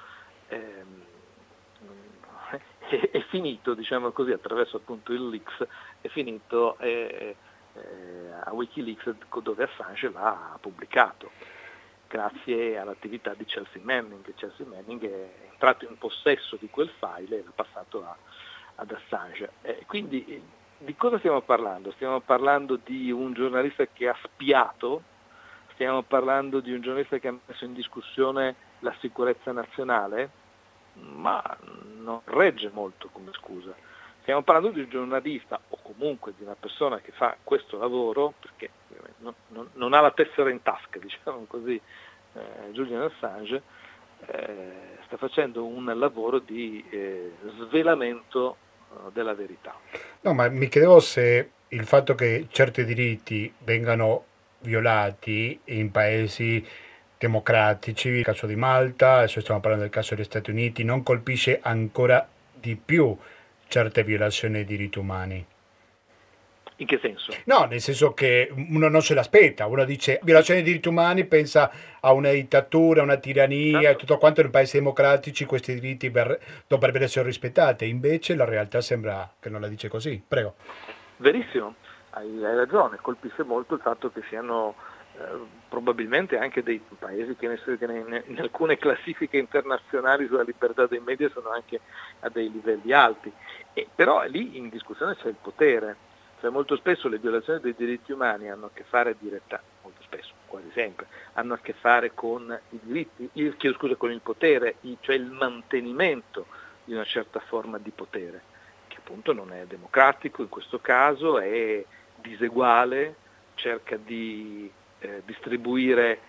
è finito, diciamo così, attraverso appunto il leaks, è finito a Wikileaks, dove Assange l'ha pubblicato, grazie all'attività di Chelsea Manning. Chelsea Manning è entrato in possesso di quel file e l'ha passato ad Assange. Quindi di cosa stiamo parlando? Stiamo parlando di un giornalista che ha spiato, stiamo parlando di un giornalista che ha messo in discussione la sicurezza nazionale, ma non regge molto come scusa. Stiamo parlando di un giornalista o comunque di una persona che fa questo lavoro, perché non ha la tessera in tasca, diciamo così, Julian Assange, sta facendo un lavoro di svelamento della verità. No, ma mi chiedevo se il fatto che certi diritti vengano violati in paesi democratici, il caso di Malta, adesso stiamo parlando del caso degli Stati Uniti, non colpisce ancora di più certe violazioni dei diritti umani. In che senso? No, nel senso che uno non se l'aspetta, uno dice violazione dei diritti umani, pensa a una dittatura, una tirannia, certo, e tutto quanto. In paesi democratici questi diritti dovrebbero essere rispettati, invece la realtà sembra che non la dice così. Prego. Verissimo, hai ragione, colpisce molto il fatto che siano probabilmente anche dei paesi che in alcune classifiche internazionali sulla libertà dei media sono anche a dei livelli alti, però lì in discussione c'è il potere. Cioè, molto spesso le violazioni dei diritti umani hanno a che fare molto spesso, quasi sempre, hanno a che fare con i diritti, con il potere, cioè il mantenimento di una certa forma di potere, che appunto non è democratico in questo caso, è diseguale, cerca di distribuire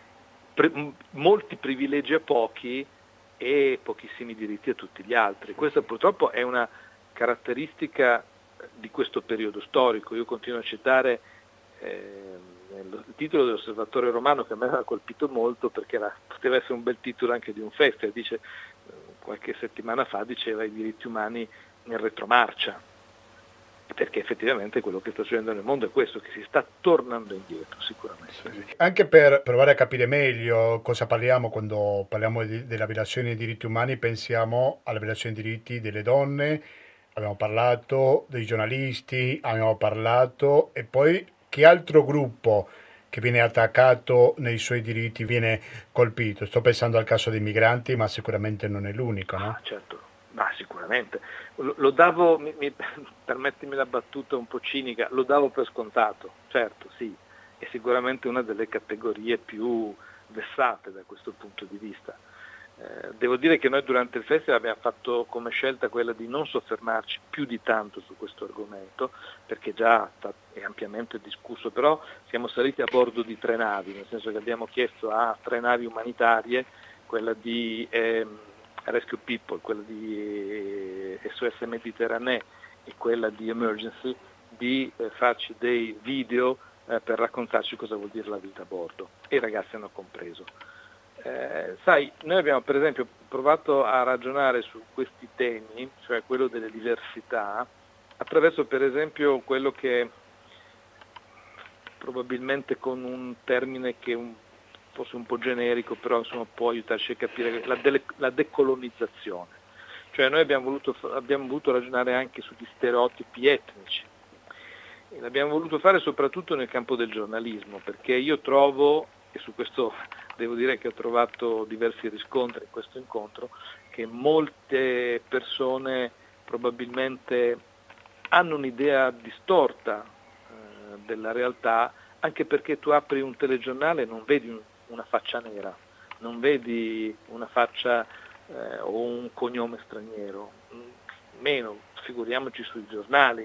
molti privilegi a pochi e pochissimi diritti a tutti gli altri. Questa purtroppo è una caratteristica di questo periodo storico. Io continuo a citare il titolo dell'Osservatore Romano, che a me aveva colpito molto perché poteva essere un bel titolo anche di un festival. Dice, qualche settimana fa diceva i diritti umani in retromarcia, perché effettivamente quello che sta succedendo nel mondo è questo, che si sta tornando indietro sicuramente. Sì. Anche per provare a capire meglio cosa parliamo quando parliamo della violazione dei diritti umani, pensiamo alla violazione dei diritti delle donne, abbiamo parlato dei giornalisti, abbiamo parlato, e poi che altro gruppo che viene attaccato nei suoi diritti viene colpito? Sto pensando al caso dei migranti, ma sicuramente non è l'unico, no? Certo, ma sicuramente. Lo davo, permettimi la battuta un po' cinica, lo davo per scontato, certo, sì, è sicuramente una delle categorie più vessate da questo punto di vista. Devo dire che noi durante il festival abbiamo fatto come scelta quella di non soffermarci più di tanto su questo argomento, perché già è ampiamente discusso, però siamo saliti a bordo di 3 navi, nel senso che abbiamo chiesto a 3 navi umanitarie, quella di Rescue People, quella di SOS Mediterranee e quella di Emergency, di farci dei video per raccontarci cosa vuol dire la vita a bordo, e i ragazzi hanno compreso. Sai, noi abbiamo per esempio provato a ragionare su questi temi, cioè quello delle diversità, attraverso per esempio quello che probabilmente con un termine che fosse un po' generico, però insomma può aiutarci a capire la decolonizzazione. Cioè noi abbiamo voluto ragionare anche sugli stereotipi etnici, e l'abbiamo voluto fare soprattutto nel campo del giornalismo, perché io trovo, e su questo devo dire che ho trovato diversi riscontri in questo incontro, che molte persone probabilmente hanno un'idea distorta della realtà, anche perché tu apri un telegiornale e non vedi una faccia nera, non vedi una faccia o un cognome straniero, meno, figuriamoci sui giornali.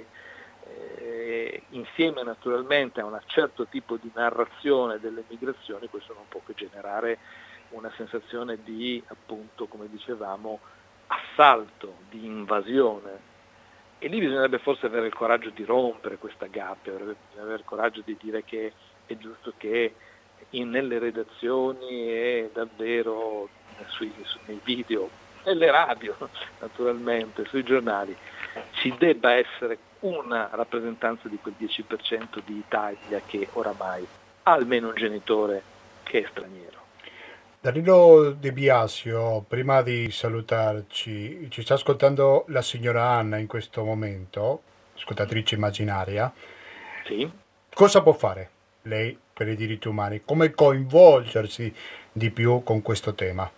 Insieme naturalmente a un certo tipo di narrazione delle migrazioni, questo non può che generare una sensazione di, appunto, come dicevamo, assalto, di invasione, e lì bisognerebbe forse avere il coraggio di rompere questa gabbia, bisognerebbe avere il coraggio di dire che è giusto che nelle redazioni e davvero nei video, nelle radio naturalmente, sui giornali, ci debba essere una rappresentanza di quel 10% di Italia che oramai ha almeno un genitore che è straniero. Danilo De Biasio, prima di salutarci, ci sta ascoltando la signora Anna in questo momento, ascoltatrice immaginaria. Sì. Cosa può fare lei per i diritti umani? Come coinvolgersi di più con questo tema?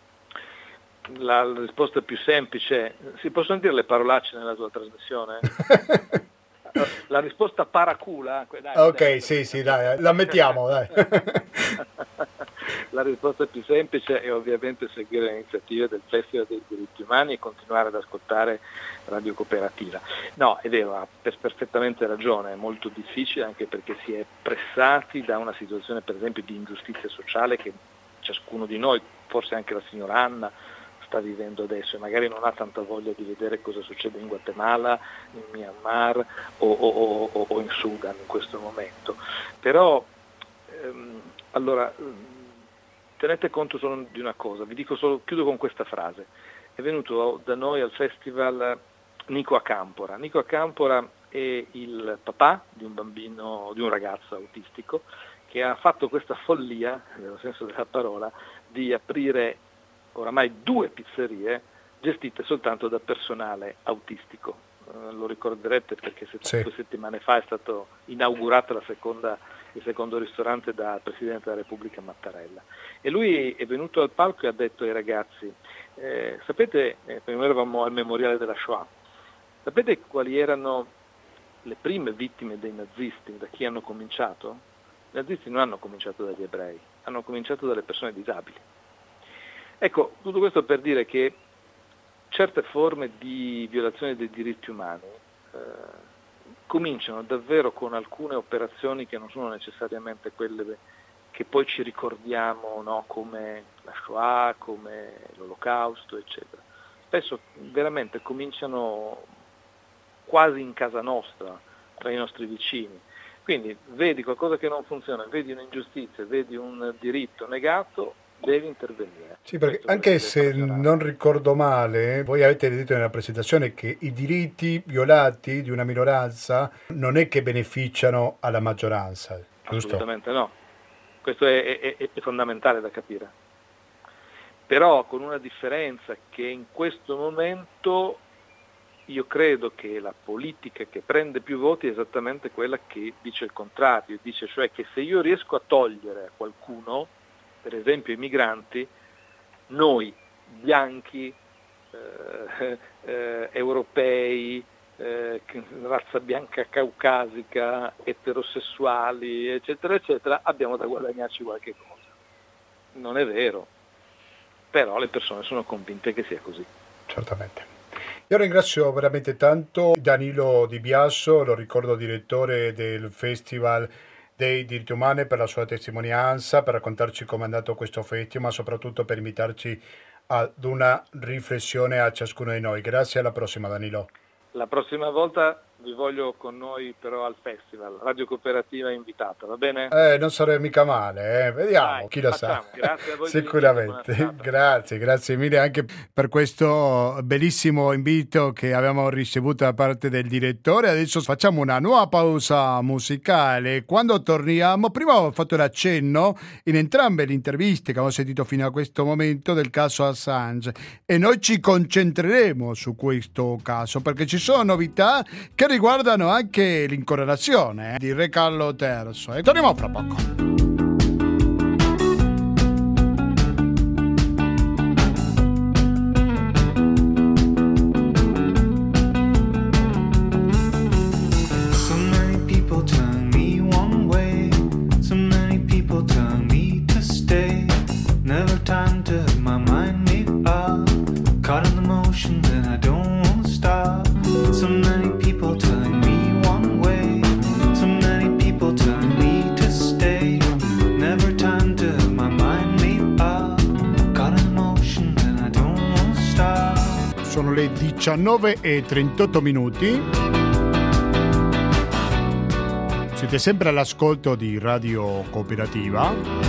La risposta più semplice, si possono dire le parolacce nella tua trasmissione? La risposta paracula? Dai, ok, dai. sì, dai, la mettiamo, dai. La risposta più semplice è ovviamente seguire le iniziative del Festival dei diritti umani e continuare ad ascoltare Radio Cooperativa. No, è vero, ha perfettamente ragione, è molto difficile anche perché si è pressati da una situazione per esempio di ingiustizia sociale che ciascuno di noi, forse anche la signora Anna, sta vivendo adesso, e magari non ha tanta voglia di vedere cosa succede in Guatemala, in Myanmar o in Sudan in questo momento. Però allora tenete conto solo di una cosa, vi dico solo, chiudo con questa frase. È venuto da noi al festival Nico Acampora. Nico Acampora è il papà di un bambino, di un ragazzo autistico, che ha fatto questa follia, nel senso della parola, di aprire oramai 2 pizzerie gestite soltanto da personale autistico. Lo ricorderete perché 2 settimane fa è stato inaugurato il secondo ristorante dal Presidente della Repubblica Mattarella. E lui è venuto al palco e ha detto ai ragazzi, sapete, noi eravamo al memoriale della Shoah, sapete quali erano le prime vittime dei nazisti, da chi hanno cominciato? I nazisti non hanno cominciato dagli ebrei, hanno cominciato dalle persone disabili. Ecco, tutto questo per dire che certe forme di violazione dei diritti umani cominciano davvero con alcune operazioni che non sono necessariamente quelle che poi ci ricordiamo, no, come la Shoah, come l'Olocausto, eccetera. Spesso veramente cominciano quasi in casa nostra, tra i nostri vicini. Quindi vedi qualcosa che non funziona, vedi un'ingiustizia, vedi un diritto negato, devi intervenire. Sì, perché anche se non ricordo male, voi avete detto nella presentazione che i diritti violati di una minoranza non è che beneficiano alla maggioranza, giusto? Assolutamente no. Questo è fondamentale da capire. Però con una differenza, che in questo momento io credo che la politica che prende più voti è esattamente quella che dice il contrario, dice cioè che se io riesco a togliere a qualcuno, per esempio i migranti, noi bianchi, europei, razza bianca caucasica, eterosessuali, eccetera, eccetera, abbiamo da guadagnarci qualche cosa. Non è vero, però le persone sono convinte che sia così. Certamente. Io ringrazio veramente tanto Danilo Di Biaso, lo ricordo direttore del Festival dei diritti umani, per la sua testimonianza, per raccontarci come è andato questo festival, ma soprattutto per invitarci ad una riflessione a ciascuno di noi. Grazie, alla prossima Danilo. La prossima volta vi voglio con noi però al festival, Radio Cooperativa invitata, va bene? Non sarebbe mica male, vediamo, dai, chi lo facciamo. sa. Grazie a voi. Sicuramente, grazie mille anche per questo bellissimo invito che abbiamo ricevuto da parte del direttore. Adesso facciamo una nuova pausa musicale. Quando torniamo, prima ho fatto l'accenno in entrambe le interviste che abbiamo sentito fino a questo momento del caso Assange, e noi ci concentreremo su questo caso perché ci sono novità che riguardano anche l'incoronazione di Re Carlo III. E torniamo fra poco. Sono le 19:38. Siete sempre all'ascolto di Radio Cooperativa.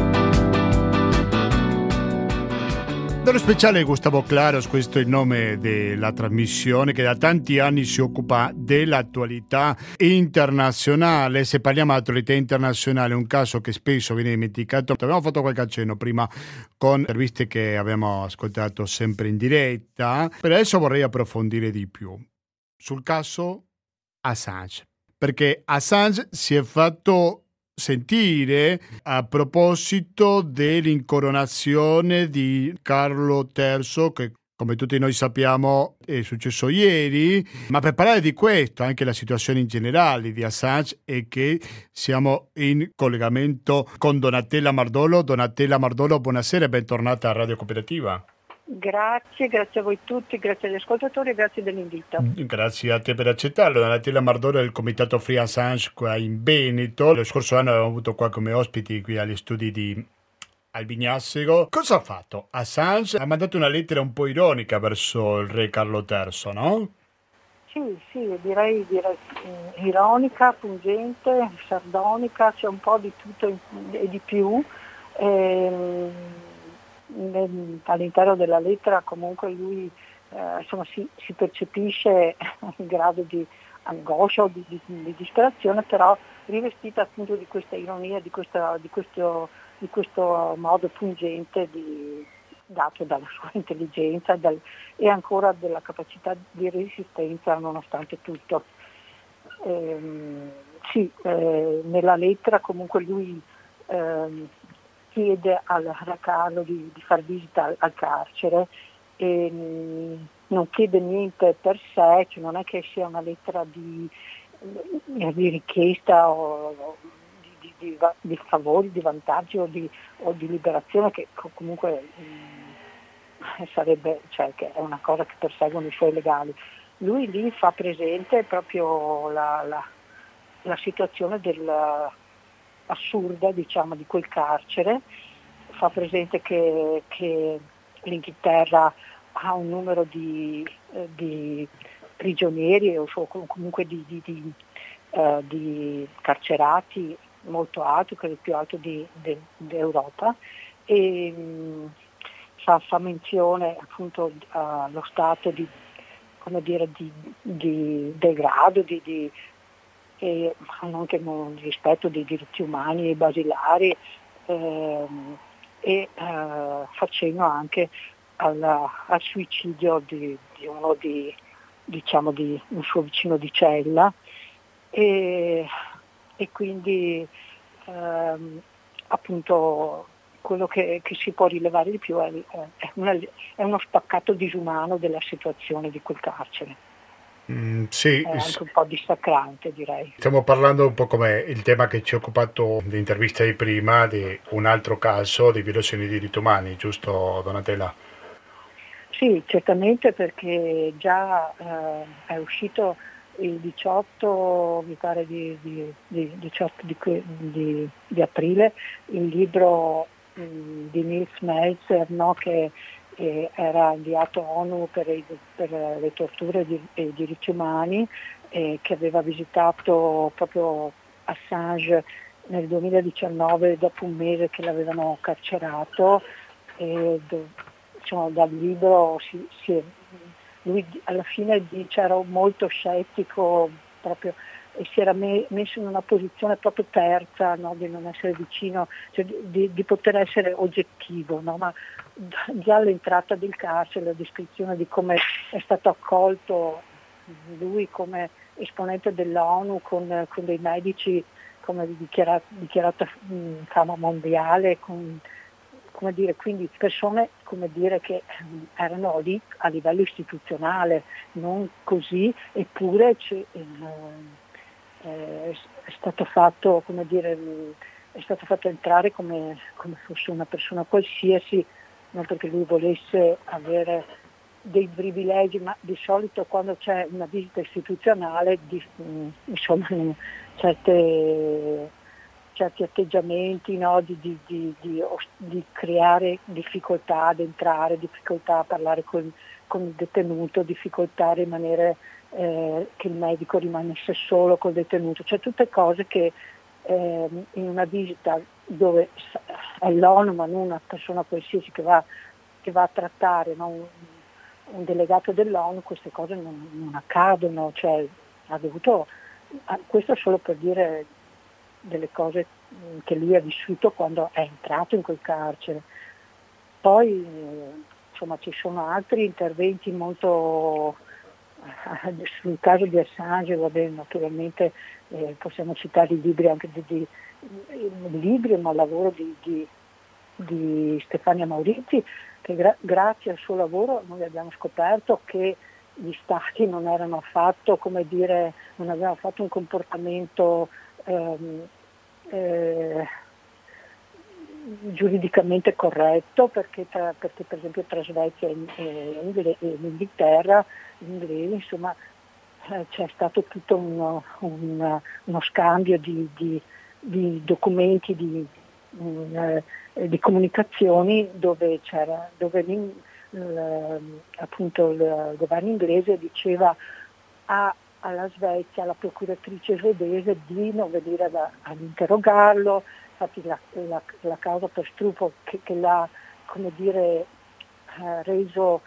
Dallo speciale Gustavo Claros, questo è il nome della trasmissione che da tanti anni si occupa dell'attualità internazionale. Se parliamo di attualità internazionale, un caso che spesso viene dimenticato, abbiamo fatto qualche accenno prima con interviste che abbiamo ascoltato sempre in diretta, per adesso vorrei approfondire di più sul caso Assange, perché Assange si è fatto sentire a proposito dell'incoronazione di Carlo III, che come tutti noi sappiamo è successo ieri, ma per parlare di questo, anche la situazione in generale di Assange, è che siamo in collegamento con Donatella Mardolo. Donatella Mardolo, buonasera e bentornata a Radio Cooperativa. Grazie a voi tutti, grazie agli ascoltatori e grazie dell'invito. Grazie a te per accettarlo. Donatella Mardolo del Comitato Free Assange qua in Veneto. Lo scorso anno abbiamo avuto qua come ospiti qui agli studi di Albignassego. Cosa ha fatto Assange? Ha mandato una lettera un po' ironica verso il re Carlo III, no? Sì, direi ironica, pungente, sardonica, c'è un po' di tutto e di più. All'interno della lettera comunque lui si percepisce in grado di angoscia o di disperazione, però rivestita appunto di questa ironia, di questo modo pungente dato dalla sua intelligenza e ancora della capacità di resistenza nonostante tutto. Nella lettera comunque lui chiede al Re Carlo di far visita al carcere e non chiede niente per sé, cioè non è che sia una lettera di richiesta o di favori, di vantaggi o di liberazione, che comunque sarebbe, cioè che è una cosa che perseguono i suoi legali. Lui lì fa presente proprio la situazione assurda, diciamo, di quel carcere. Fa presente che l'Inghilterra ha un numero di prigionieri o comunque di carcerati molto alto, che è il più alto d'Europa, e fa menzione appunto allo stato di degrado, e anche non rispetto dei diritti umani basilari, e facendo anche al suicidio di uno di un suo vicino di cella, e quindi appunto quello che si può rilevare di più è uno spaccato disumano della situazione di quel carcere. Sì, è anche un po' dissacrante, direi. Stiamo parlando un po' come il tema che ci ha occupato l'intervista di prima, di un altro caso di violazione dei diritti umani, giusto Donatella? Sì, certamente, perché già è uscito il 18, mi pare di 18 di aprile, il libro di Nils Melzer, no, che era inviato ONU per le torture e i diritti umani, che aveva visitato proprio Assange nel 2019 dopo un mese che l'avevano carcerato, e insomma, dal libro lui alla fine dice era molto scettico proprio, e si era messo in una posizione proprio terza, no, di non essere vicino, cioè di poter essere oggettivo, no? Ma già all'entrata del carcere, la descrizione di come è stato accolto lui come esponente dell'ONU con dei medici come dichiarata fama mondiale, come dire, quindi persone come dire che erano lì a livello istituzionale, non così, eppure è stato fatto, come dire, è stato fatto entrare come fosse una persona qualsiasi, non perché lui volesse avere dei privilegi, ma di solito quando c'è una visita istituzionale, insomma, certi atteggiamenti, no, di creare difficoltà ad entrare, difficoltà a parlare con il detenuto, difficoltà a rimanere, che il medico rimanesse solo col detenuto, cioè tutte cose che in una visita dove è l'ONU ma non una persona qualsiasi che va a trattare, no, un delegato dell'ONU, queste cose non accadono, cioè ha dovuto, questo solo per dire delle cose che lui ha vissuto quando è entrato in quel carcere. Poi insomma ci sono altri interventi molto sul caso di Assange, va bene, naturalmente possiamo citare i libri anche libri, ma il lavoro di Stefania Maurizi, che grazie al suo lavoro noi abbiamo scoperto che gli stati non erano affatto, come dire, non avevano fatto un comportamento giuridicamente corretto, perché per esempio tra Svezia e l'Inghilterra, gli inglesi, insomma, c'è stato tutto uno scambio di documenti, di comunicazioni dove appunto il governo inglese diceva alla Svezia, alla procuratrice svedese, di non venire ad interrogarlo. Infatti la causa per stupro che l'ha, come dire, reso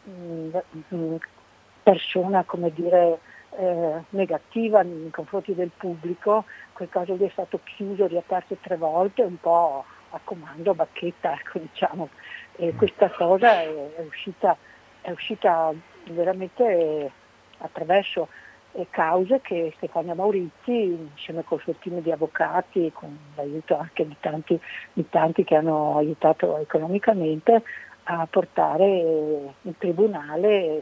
persona, come dire, negativa nei confronti del pubblico, quel caso lì è stato chiuso, riaperto 3 volte, un po' a comando, a bacchetta, ecco, diciamo. E questa cosa è uscita veramente attraverso cause che Stefania Maurizi, insieme col suo team di avvocati, con l'aiuto anche di tanti che hanno aiutato economicamente, a portare in tribunale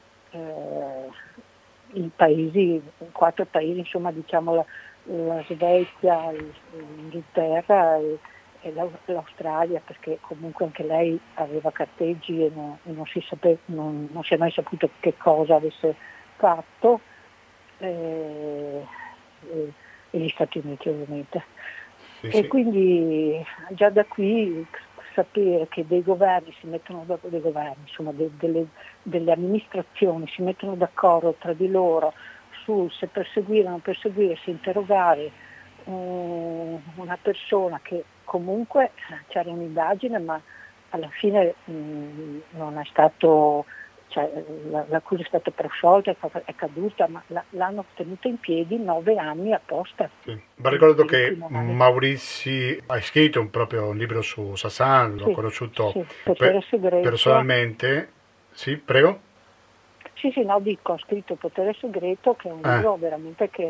i paesi, 4 paesi, insomma, diciamo la Svezia, l'Inghilterra e l'Australia, perché comunque anche lei aveva carteggi e non si è mai saputo che cosa avesse fatto, e gli Stati Uniti ovviamente. Sì, e sì. quindi già da qui sapere che dei governi si mettono dei governi, insomma delle amministrazioni si mettono d'accordo tra di loro su se perseguire o non perseguire, se interrogare una persona che comunque c'era un'indagine ma alla fine non è stato, cioè, l'accusa è stata prosciolta, è caduta, ma l'hanno tenuta in piedi 9 anni apposta. Sì. Ma ricordo che Maurizi ha scritto proprio un libro su Assange, l'ho sì, conosciuto sì, Potere segreto. personalmente. Sì, prego. Sì, no, dico, ho scritto Potere segreto, che è un libro veramente che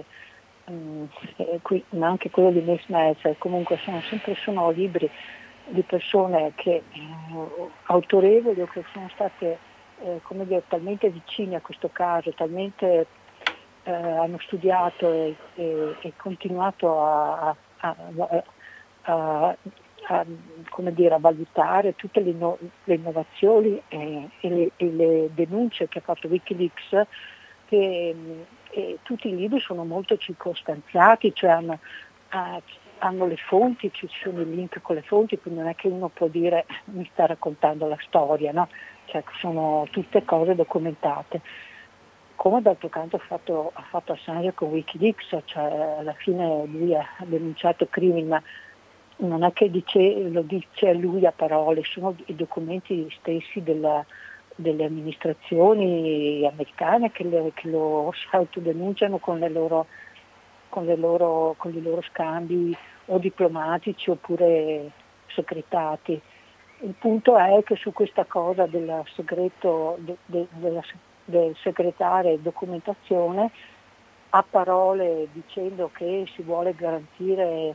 ma anche quello di Nils Melzer, comunque sono libri di persone che autorevoli o che sono state come dire, talmente vicini a questo caso, talmente hanno studiato e continuato come dire, a valutare tutte le innovazioni e le denunce che ha fatto Wikileaks, che tutti i libri sono molto circostanziati, cioè hanno le fonti, ci sono i link con le fonti, quindi non è che uno può dire mi sta raccontando la storia, no? Cioè sono tutte cose documentate. Come d'altro canto ha fatto Assange con Wikileaks, cioè alla fine lui ha denunciato crimini, ma non è che lo dice lui a parole, sono i documenti stessi delle amministrazioni americane che lo si autodenunciano con i loro scambi o diplomatici oppure segretati. Il punto è che su questa cosa del segreto del segretare documentazione, a parole dicendo che si vuole garantire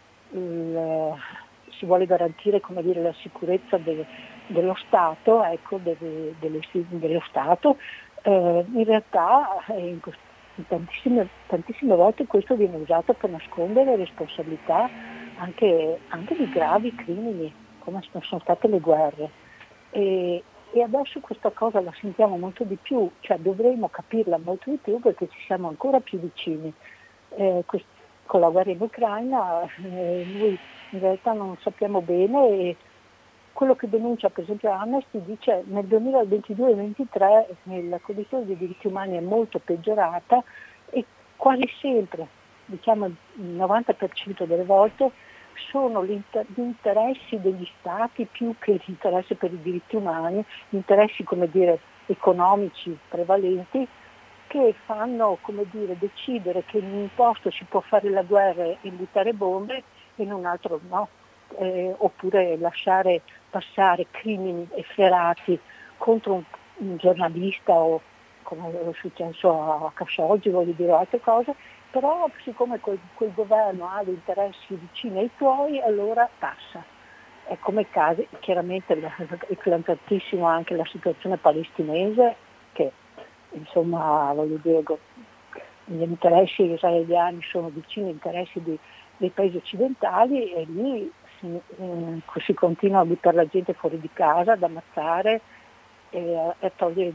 come dire, la sicurezza dello Stato, ecco, dello Stato, in realtà in tantissime volte questo viene usato per nascondere responsabilità anche di gravi crimini, come sono state le guerre. E adesso questa cosa la sentiamo molto di più, cioè dovremmo capirla molto di più perché ci siamo ancora più vicini. Con la guerra in Ucraina noi in realtà non sappiamo bene, e quello che denuncia per esempio Amnesty dice nel 2022-2023 la condizione dei diritti umani è molto peggiorata e quasi sempre, diciamo il 90% delle volte, sono gli interessi degli stati più che l'interesse per i diritti umani, gli interessi come dire economici prevalenti, che fanno come dire decidere che in un posto si può fare la guerra e buttare bombe e in un altro no, oppure lasciare passare crimini efferati contro un giornalista o come è successo a Khashoggi, voglio dire altre cose, però siccome quel governo ha dei interessi vicini ai tuoi, allora passa. È come il caso, chiaramente è eclatantissimo anche la situazione palestinese, che insomma voglio dire, gli interessi israeliani sono vicini agli interessi dei paesi occidentali e lì si continua a buttare la gente fuori di casa, ad ammazzare e a togliere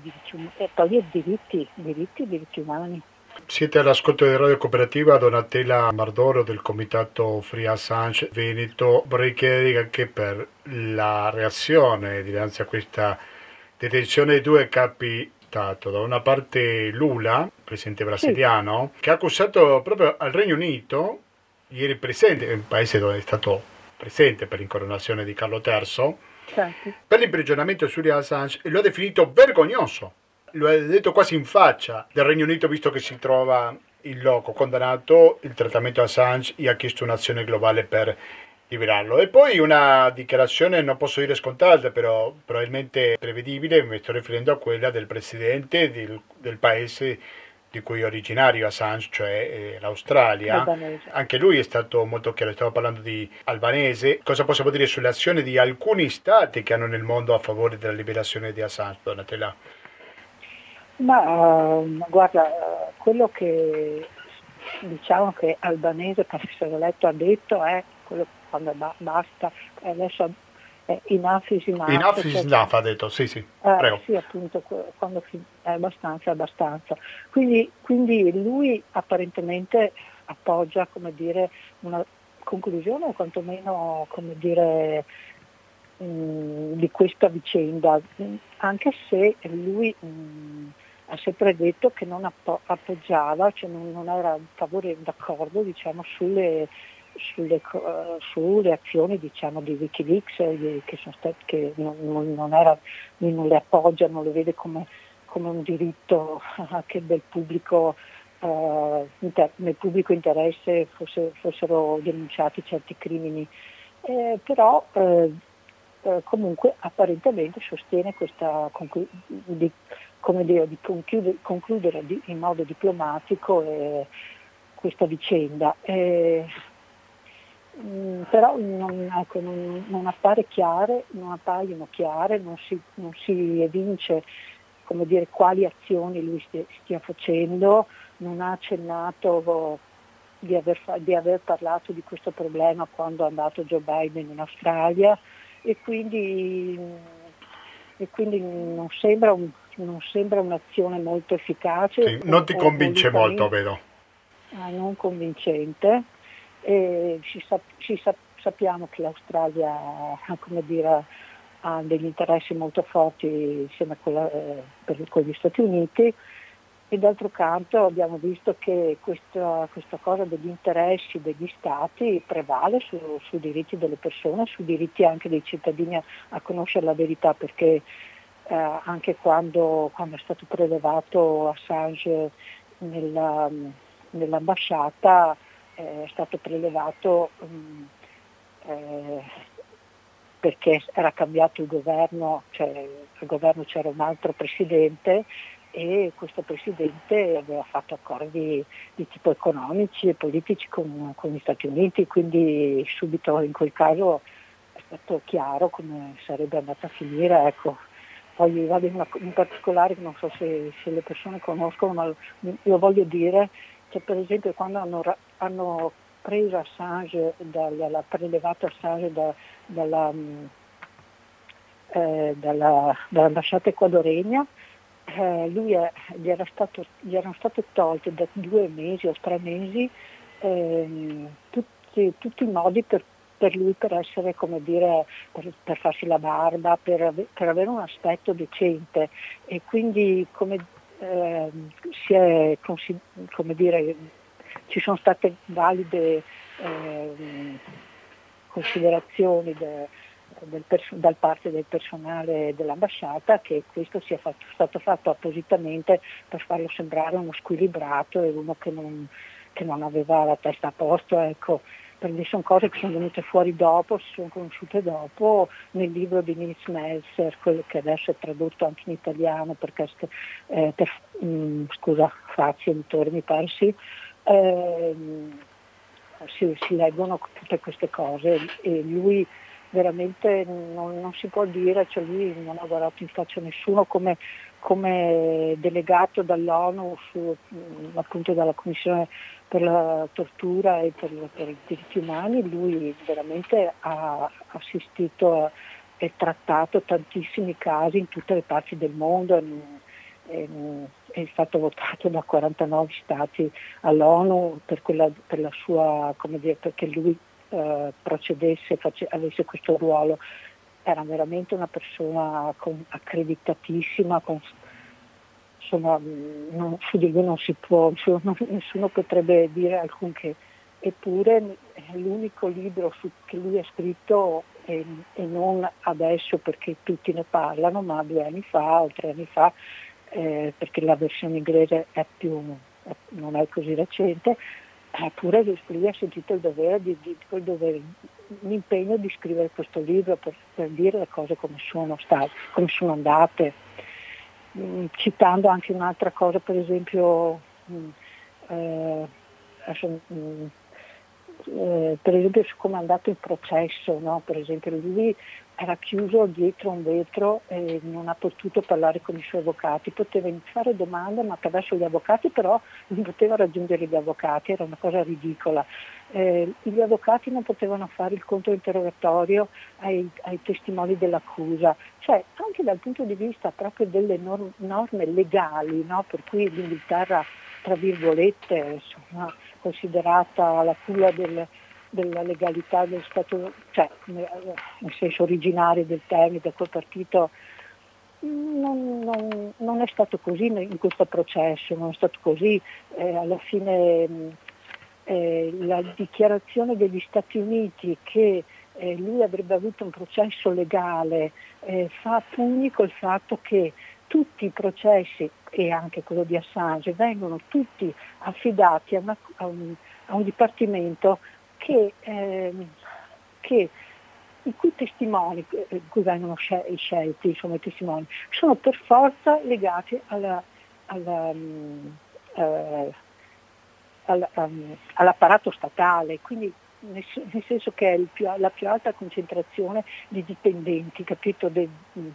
diritti umani. Siete all'ascolto di Radio Cooperativa, Donatella Mardoro del Comitato Free Assange Veneto. Vorrei chiedere anche per la reazione dinanzi a questa detenzione di due capi Stato. Da una parte Lula, presidente brasiliano, che ha accusato proprio al Regno Unito, ieri presente, un paese dove è stato presente per l'incoronazione di Carlo III, per l'imprigionamento di Julian Assange, e lo ha definito vergognoso. Lo ha detto quasi in faccia del Regno Unito, visto che si trova in loco, condannato il trattamento a Assange e ha chiesto un'azione globale per liberarlo. E poi una dichiarazione, non posso dire scontata, però probabilmente prevedibile, mi sto riferendo a quella del presidente del paese di cui è originario Assange, cioè l'Australia. Albanese. Anche lui è stato molto chiaro, stavo parlando di albanese. Cosa possiamo dire sulle azioni di alcuni stati che hanno nel mondo a favore della liberazione di Assange, Donatella? Ma guarda, quello che diciamo che Albanese, professore Letto, ha detto è quello quando basta, adesso enough is enough. Enough is enough, ha detto, sì, prego. Sì, appunto, quando è abbastanza. Quindi lui apparentemente appoggia, come dire, conclusione, o quantomeno, come dire, di questa vicenda, anche se lui ha sempre detto che non appoggiava, cioè non era a favore, d'accordo, diciamo, sulle azioni, diciamo, di Wikileaks, che sono state, che non era, lui non le appoggia, non le vede come un diritto che del pubblico, nel pubblico interesse fossero denunciati certi crimini, però comunque apparentemente sostiene questa di concludere in modo diplomatico questa vicenda. Però non appaiono chiare, non si evince, come dire, quali azioni lui stia facendo, non ha accennato di aver parlato di questo problema quando è andato Joe Biden in Australia, e quindi non sembra un'azione molto efficace. Sì, non ti convince molto, vedo. Non convincente. Sappiamo che l'Australia ha degli interessi molto forti insieme con gli Stati Uniti, e d'altro canto abbiamo visto che questa cosa degli interessi degli Stati prevale sui diritti delle persone, sui diritti anche dei cittadini a conoscere la verità, perché anche quando è stato prelevato Assange nell'ambasciata, è stato prelevato perché era cambiato il governo, cioè al governo c'era un altro presidente, e questo presidente aveva fatto accordi di tipo economici e politici con gli Stati Uniti, quindi subito in quel caso è stato chiaro come sarebbe andata a finire. Ecco. Poi vado in particolare, non so se le persone conoscono, ma io voglio dire che per esempio quando hanno preso Assange, prelevato Assange dall'ambasciata ecuadoregna, gli erano state tolte da 2 mesi o 3 mesi tutti i modi per lui per essere, come dire, per farsi la barba, per avere un aspetto decente, e quindi ci sono state valide considerazioni da parte del personale dell'ambasciata che questo sia stato fatto appositamente per farlo sembrare uno squilibrato e uno che non aveva la testa a posto, ecco. Perché sono cose che sono venute fuori dopo, si sono conosciute dopo, nel libro di Nils Melzer, quello che adesso è tradotto anche in italiano, perché Fazio Editore mi pare, sì. Si leggono tutte queste cose, e lui veramente non si può dire, cioè lui non ha guardato in faccia a nessuno come delegato dall'ONU appunto dalla Commissione per la tortura e per i diritti umani. Lui veramente ha assistito e trattato tantissimi casi in tutte le parti del mondo, è stato votato da 49 stati all'ONU per la sua, come dire, perché lui procedesse, avesse questo ruolo. Era veramente una persona accreditatissima, insomma, su di lui non si può, nessuno potrebbe dire alcunché. Eppure l'unico libro che lui ha scritto, e non adesso perché tutti ne parlano, ma 2 anni fa o 3 anni fa, perché la versione inglese non è così recente, eppure lui ha sentito il dovere l'impegno di scrivere questo libro per dire le cose come sono state, come sono andate, citando anche un'altra cosa, per esempio su come è andato il processo, no? Per esempio lui era chiuso dietro un vetro e non ha potuto parlare con i suoi avvocati, poteva fare domande ma attraverso gli avvocati, però non poteva raggiungere gli avvocati, era una cosa ridicola. Gli avvocati non potevano fare il controinterrogatorio ai testimoni dell'accusa, cioè anche dal punto di vista proprio delle norme legali, no? Per cui l'Inghilterra, tra virgolette, insomma, considerata la culla della legalità dello Stato, cioè nel senso originario del termine, da quel partito, non è stato così in questo processo, non è stato così. Alla fine la dichiarazione degli Stati Uniti che lui avrebbe avuto un processo legale fa a pugni col fatto che tutti i processi, e anche quello di Assange, vengono tutti affidati a un dipartimento i cui testimoni, cui vengono scelti, insomma, i testimoni, sono per forza legati all'apparato statale, quindi nel senso che è la più alta concentrazione di dipendenti, capito, del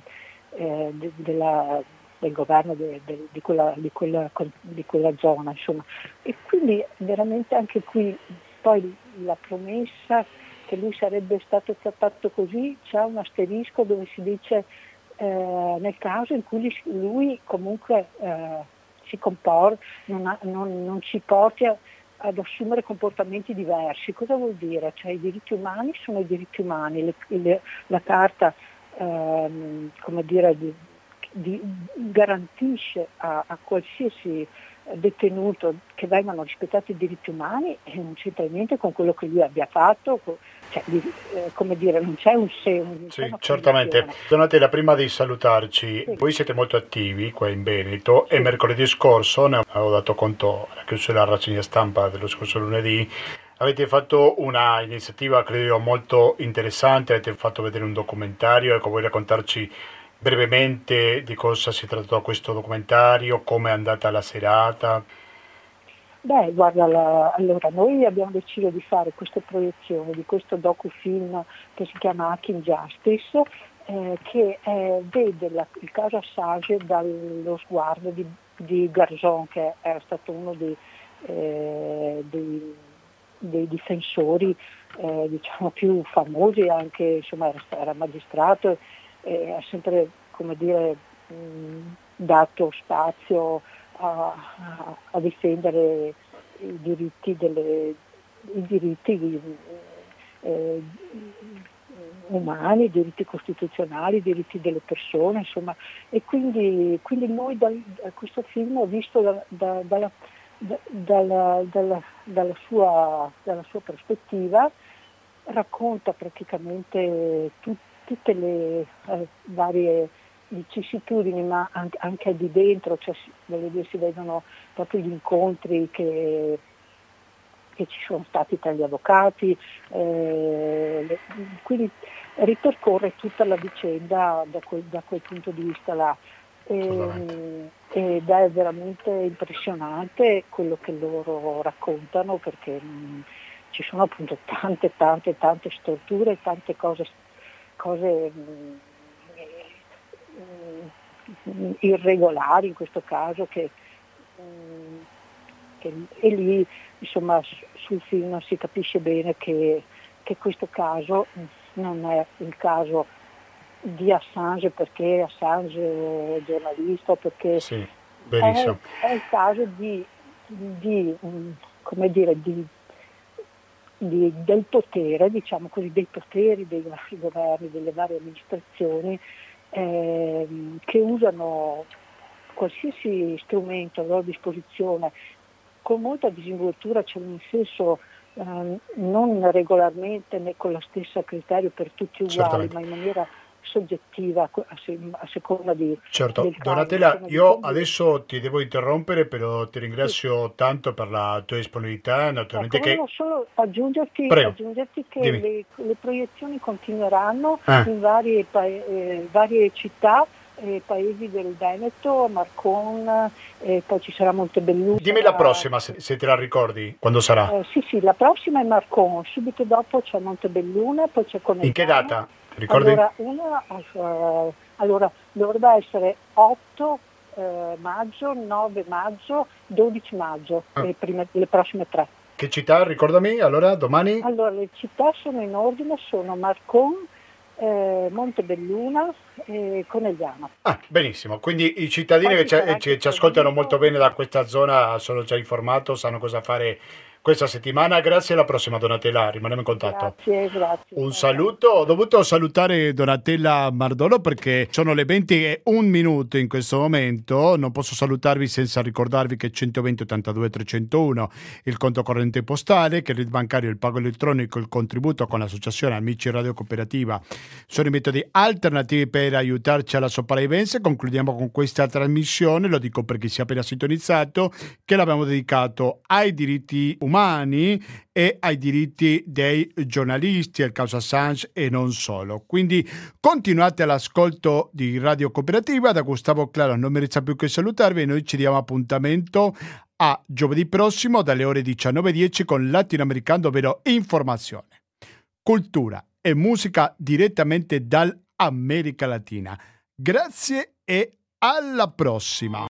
governo di quella zona, insomma. E quindi veramente anche qui poi la promessa che lui sarebbe stato trattato così, c'è un asterisco dove si dice nel caso in cui lui comunque si comporta, non ci porti ad assumere comportamenti diversi. Cosa vuol dire? Cioè i diritti umani sono i diritti umani, la carta come dire, garantisce a qualsiasi detenuto che vengano rispettati i diritti umani e non c'entra niente con quello che lui abbia fatto, cioè, come dire, non c'è un se. Sì, certamente. Donatella, prima di salutarci, sì, voi siete molto attivi qua in Veneto, sì, e mercoledì scorso, ne avevo dato conto alla chiusura della rassegna stampa dello scorso lunedì, avete fatto una iniziativa credo molto interessante, avete fatto vedere un documentario, ecco, vuoi raccontarci brevemente di cosa si trattò questo documentario, come è andata la serata? Beh, guarda, allora noi abbiamo deciso di fare questa proiezione di questo docufilm che si chiama Hacking Justice, che vede il caso Assange dallo sguardo di Garzón, che era stato uno dei difensori diciamo più famosi, anche insomma era magistrato, ha sempre, come dire, dato spazio a difendere i diritti umani, i diritti costituzionali, i diritti delle persone, insomma. E quindi noi questo film ho visto dalla sua prospettiva, racconta praticamente tutte le varie vicissitudini, ma anche di dentro, cioè si vedono proprio gli incontri che ci sono stati tra gli avvocati, quindi ripercorre tutta la vicenda da quel punto di vista là. Ed è veramente impressionante quello che loro raccontano, perché ci sono appunto tante storture, tante cose irregolari in questo caso e lì insomma sul film si capisce bene che questo caso non è il caso di Assange perché Assange è giornalista, perché sì, benissimo. È il caso come dire, del potere, diciamo così, dei poteri dei vari governi, delle varie amministrazioni che usano qualsiasi strumento a loro disposizione con molta disinvoltura, cioè nel senso non regolarmente né con lo stesso criterio per tutti uguali, ma in maniera soggettiva a seconda di... Certo, Donatella, io adesso ti devo interrompere, però ti ringrazio tanto per la tua disponibilità. Naturalmente volevo solo aggiungerti che le proiezioni continueranno in varie città, paesi del Veneto, Marcon, poi ci sarà Montebelluna. Dimmi la prossima, se te la ricordi, quando sarà? Sì, la prossima è Marcon, subito dopo c'è Montebelluna, poi c'è Conegliano. In che data? Ricordi? Allora dovrebbe essere 8 maggio, 9 maggio, 12 maggio, le prossime 3. Che città, ricordami, allora, domani? Allora, le città sono in ordine, sono Marcon, Montebelluna e Conegliano. Benissimo, quindi i cittadini che ci ascoltano molto bene da questa zona sono già informati, sanno cosa fare questa settimana. Grazie, alla prossima Donatella, rimaniamo in contatto. Grazie. Un saluto, ho dovuto salutare Donatella Mardolo perché sono le 20:01 in questo momento, non posso salutarvi senza ricordarvi che 120 82 301 il conto corrente postale, che il RID bancario, il pago elettronico, il contributo con l'associazione Amici Radio Cooperativa sono i metodi alternativi per aiutarci alla sopravvivenza. Concludiamo con questa trasmissione, lo dico per chi si è appena sintonizzato, che l'abbiamo dedicato ai diritti umani e ai diritti dei giornalisti, al caso Assange e non solo. Quindi continuate all'ascolto di Radio Cooperativa. Da Gustavo Claro non mi resta più che salutarvi e noi ci diamo appuntamento a giovedì prossimo dalle ore 19:10 con Latinoamericano, ovvero informazione, cultura e musica direttamente dall'America Latina. Grazie e alla prossima.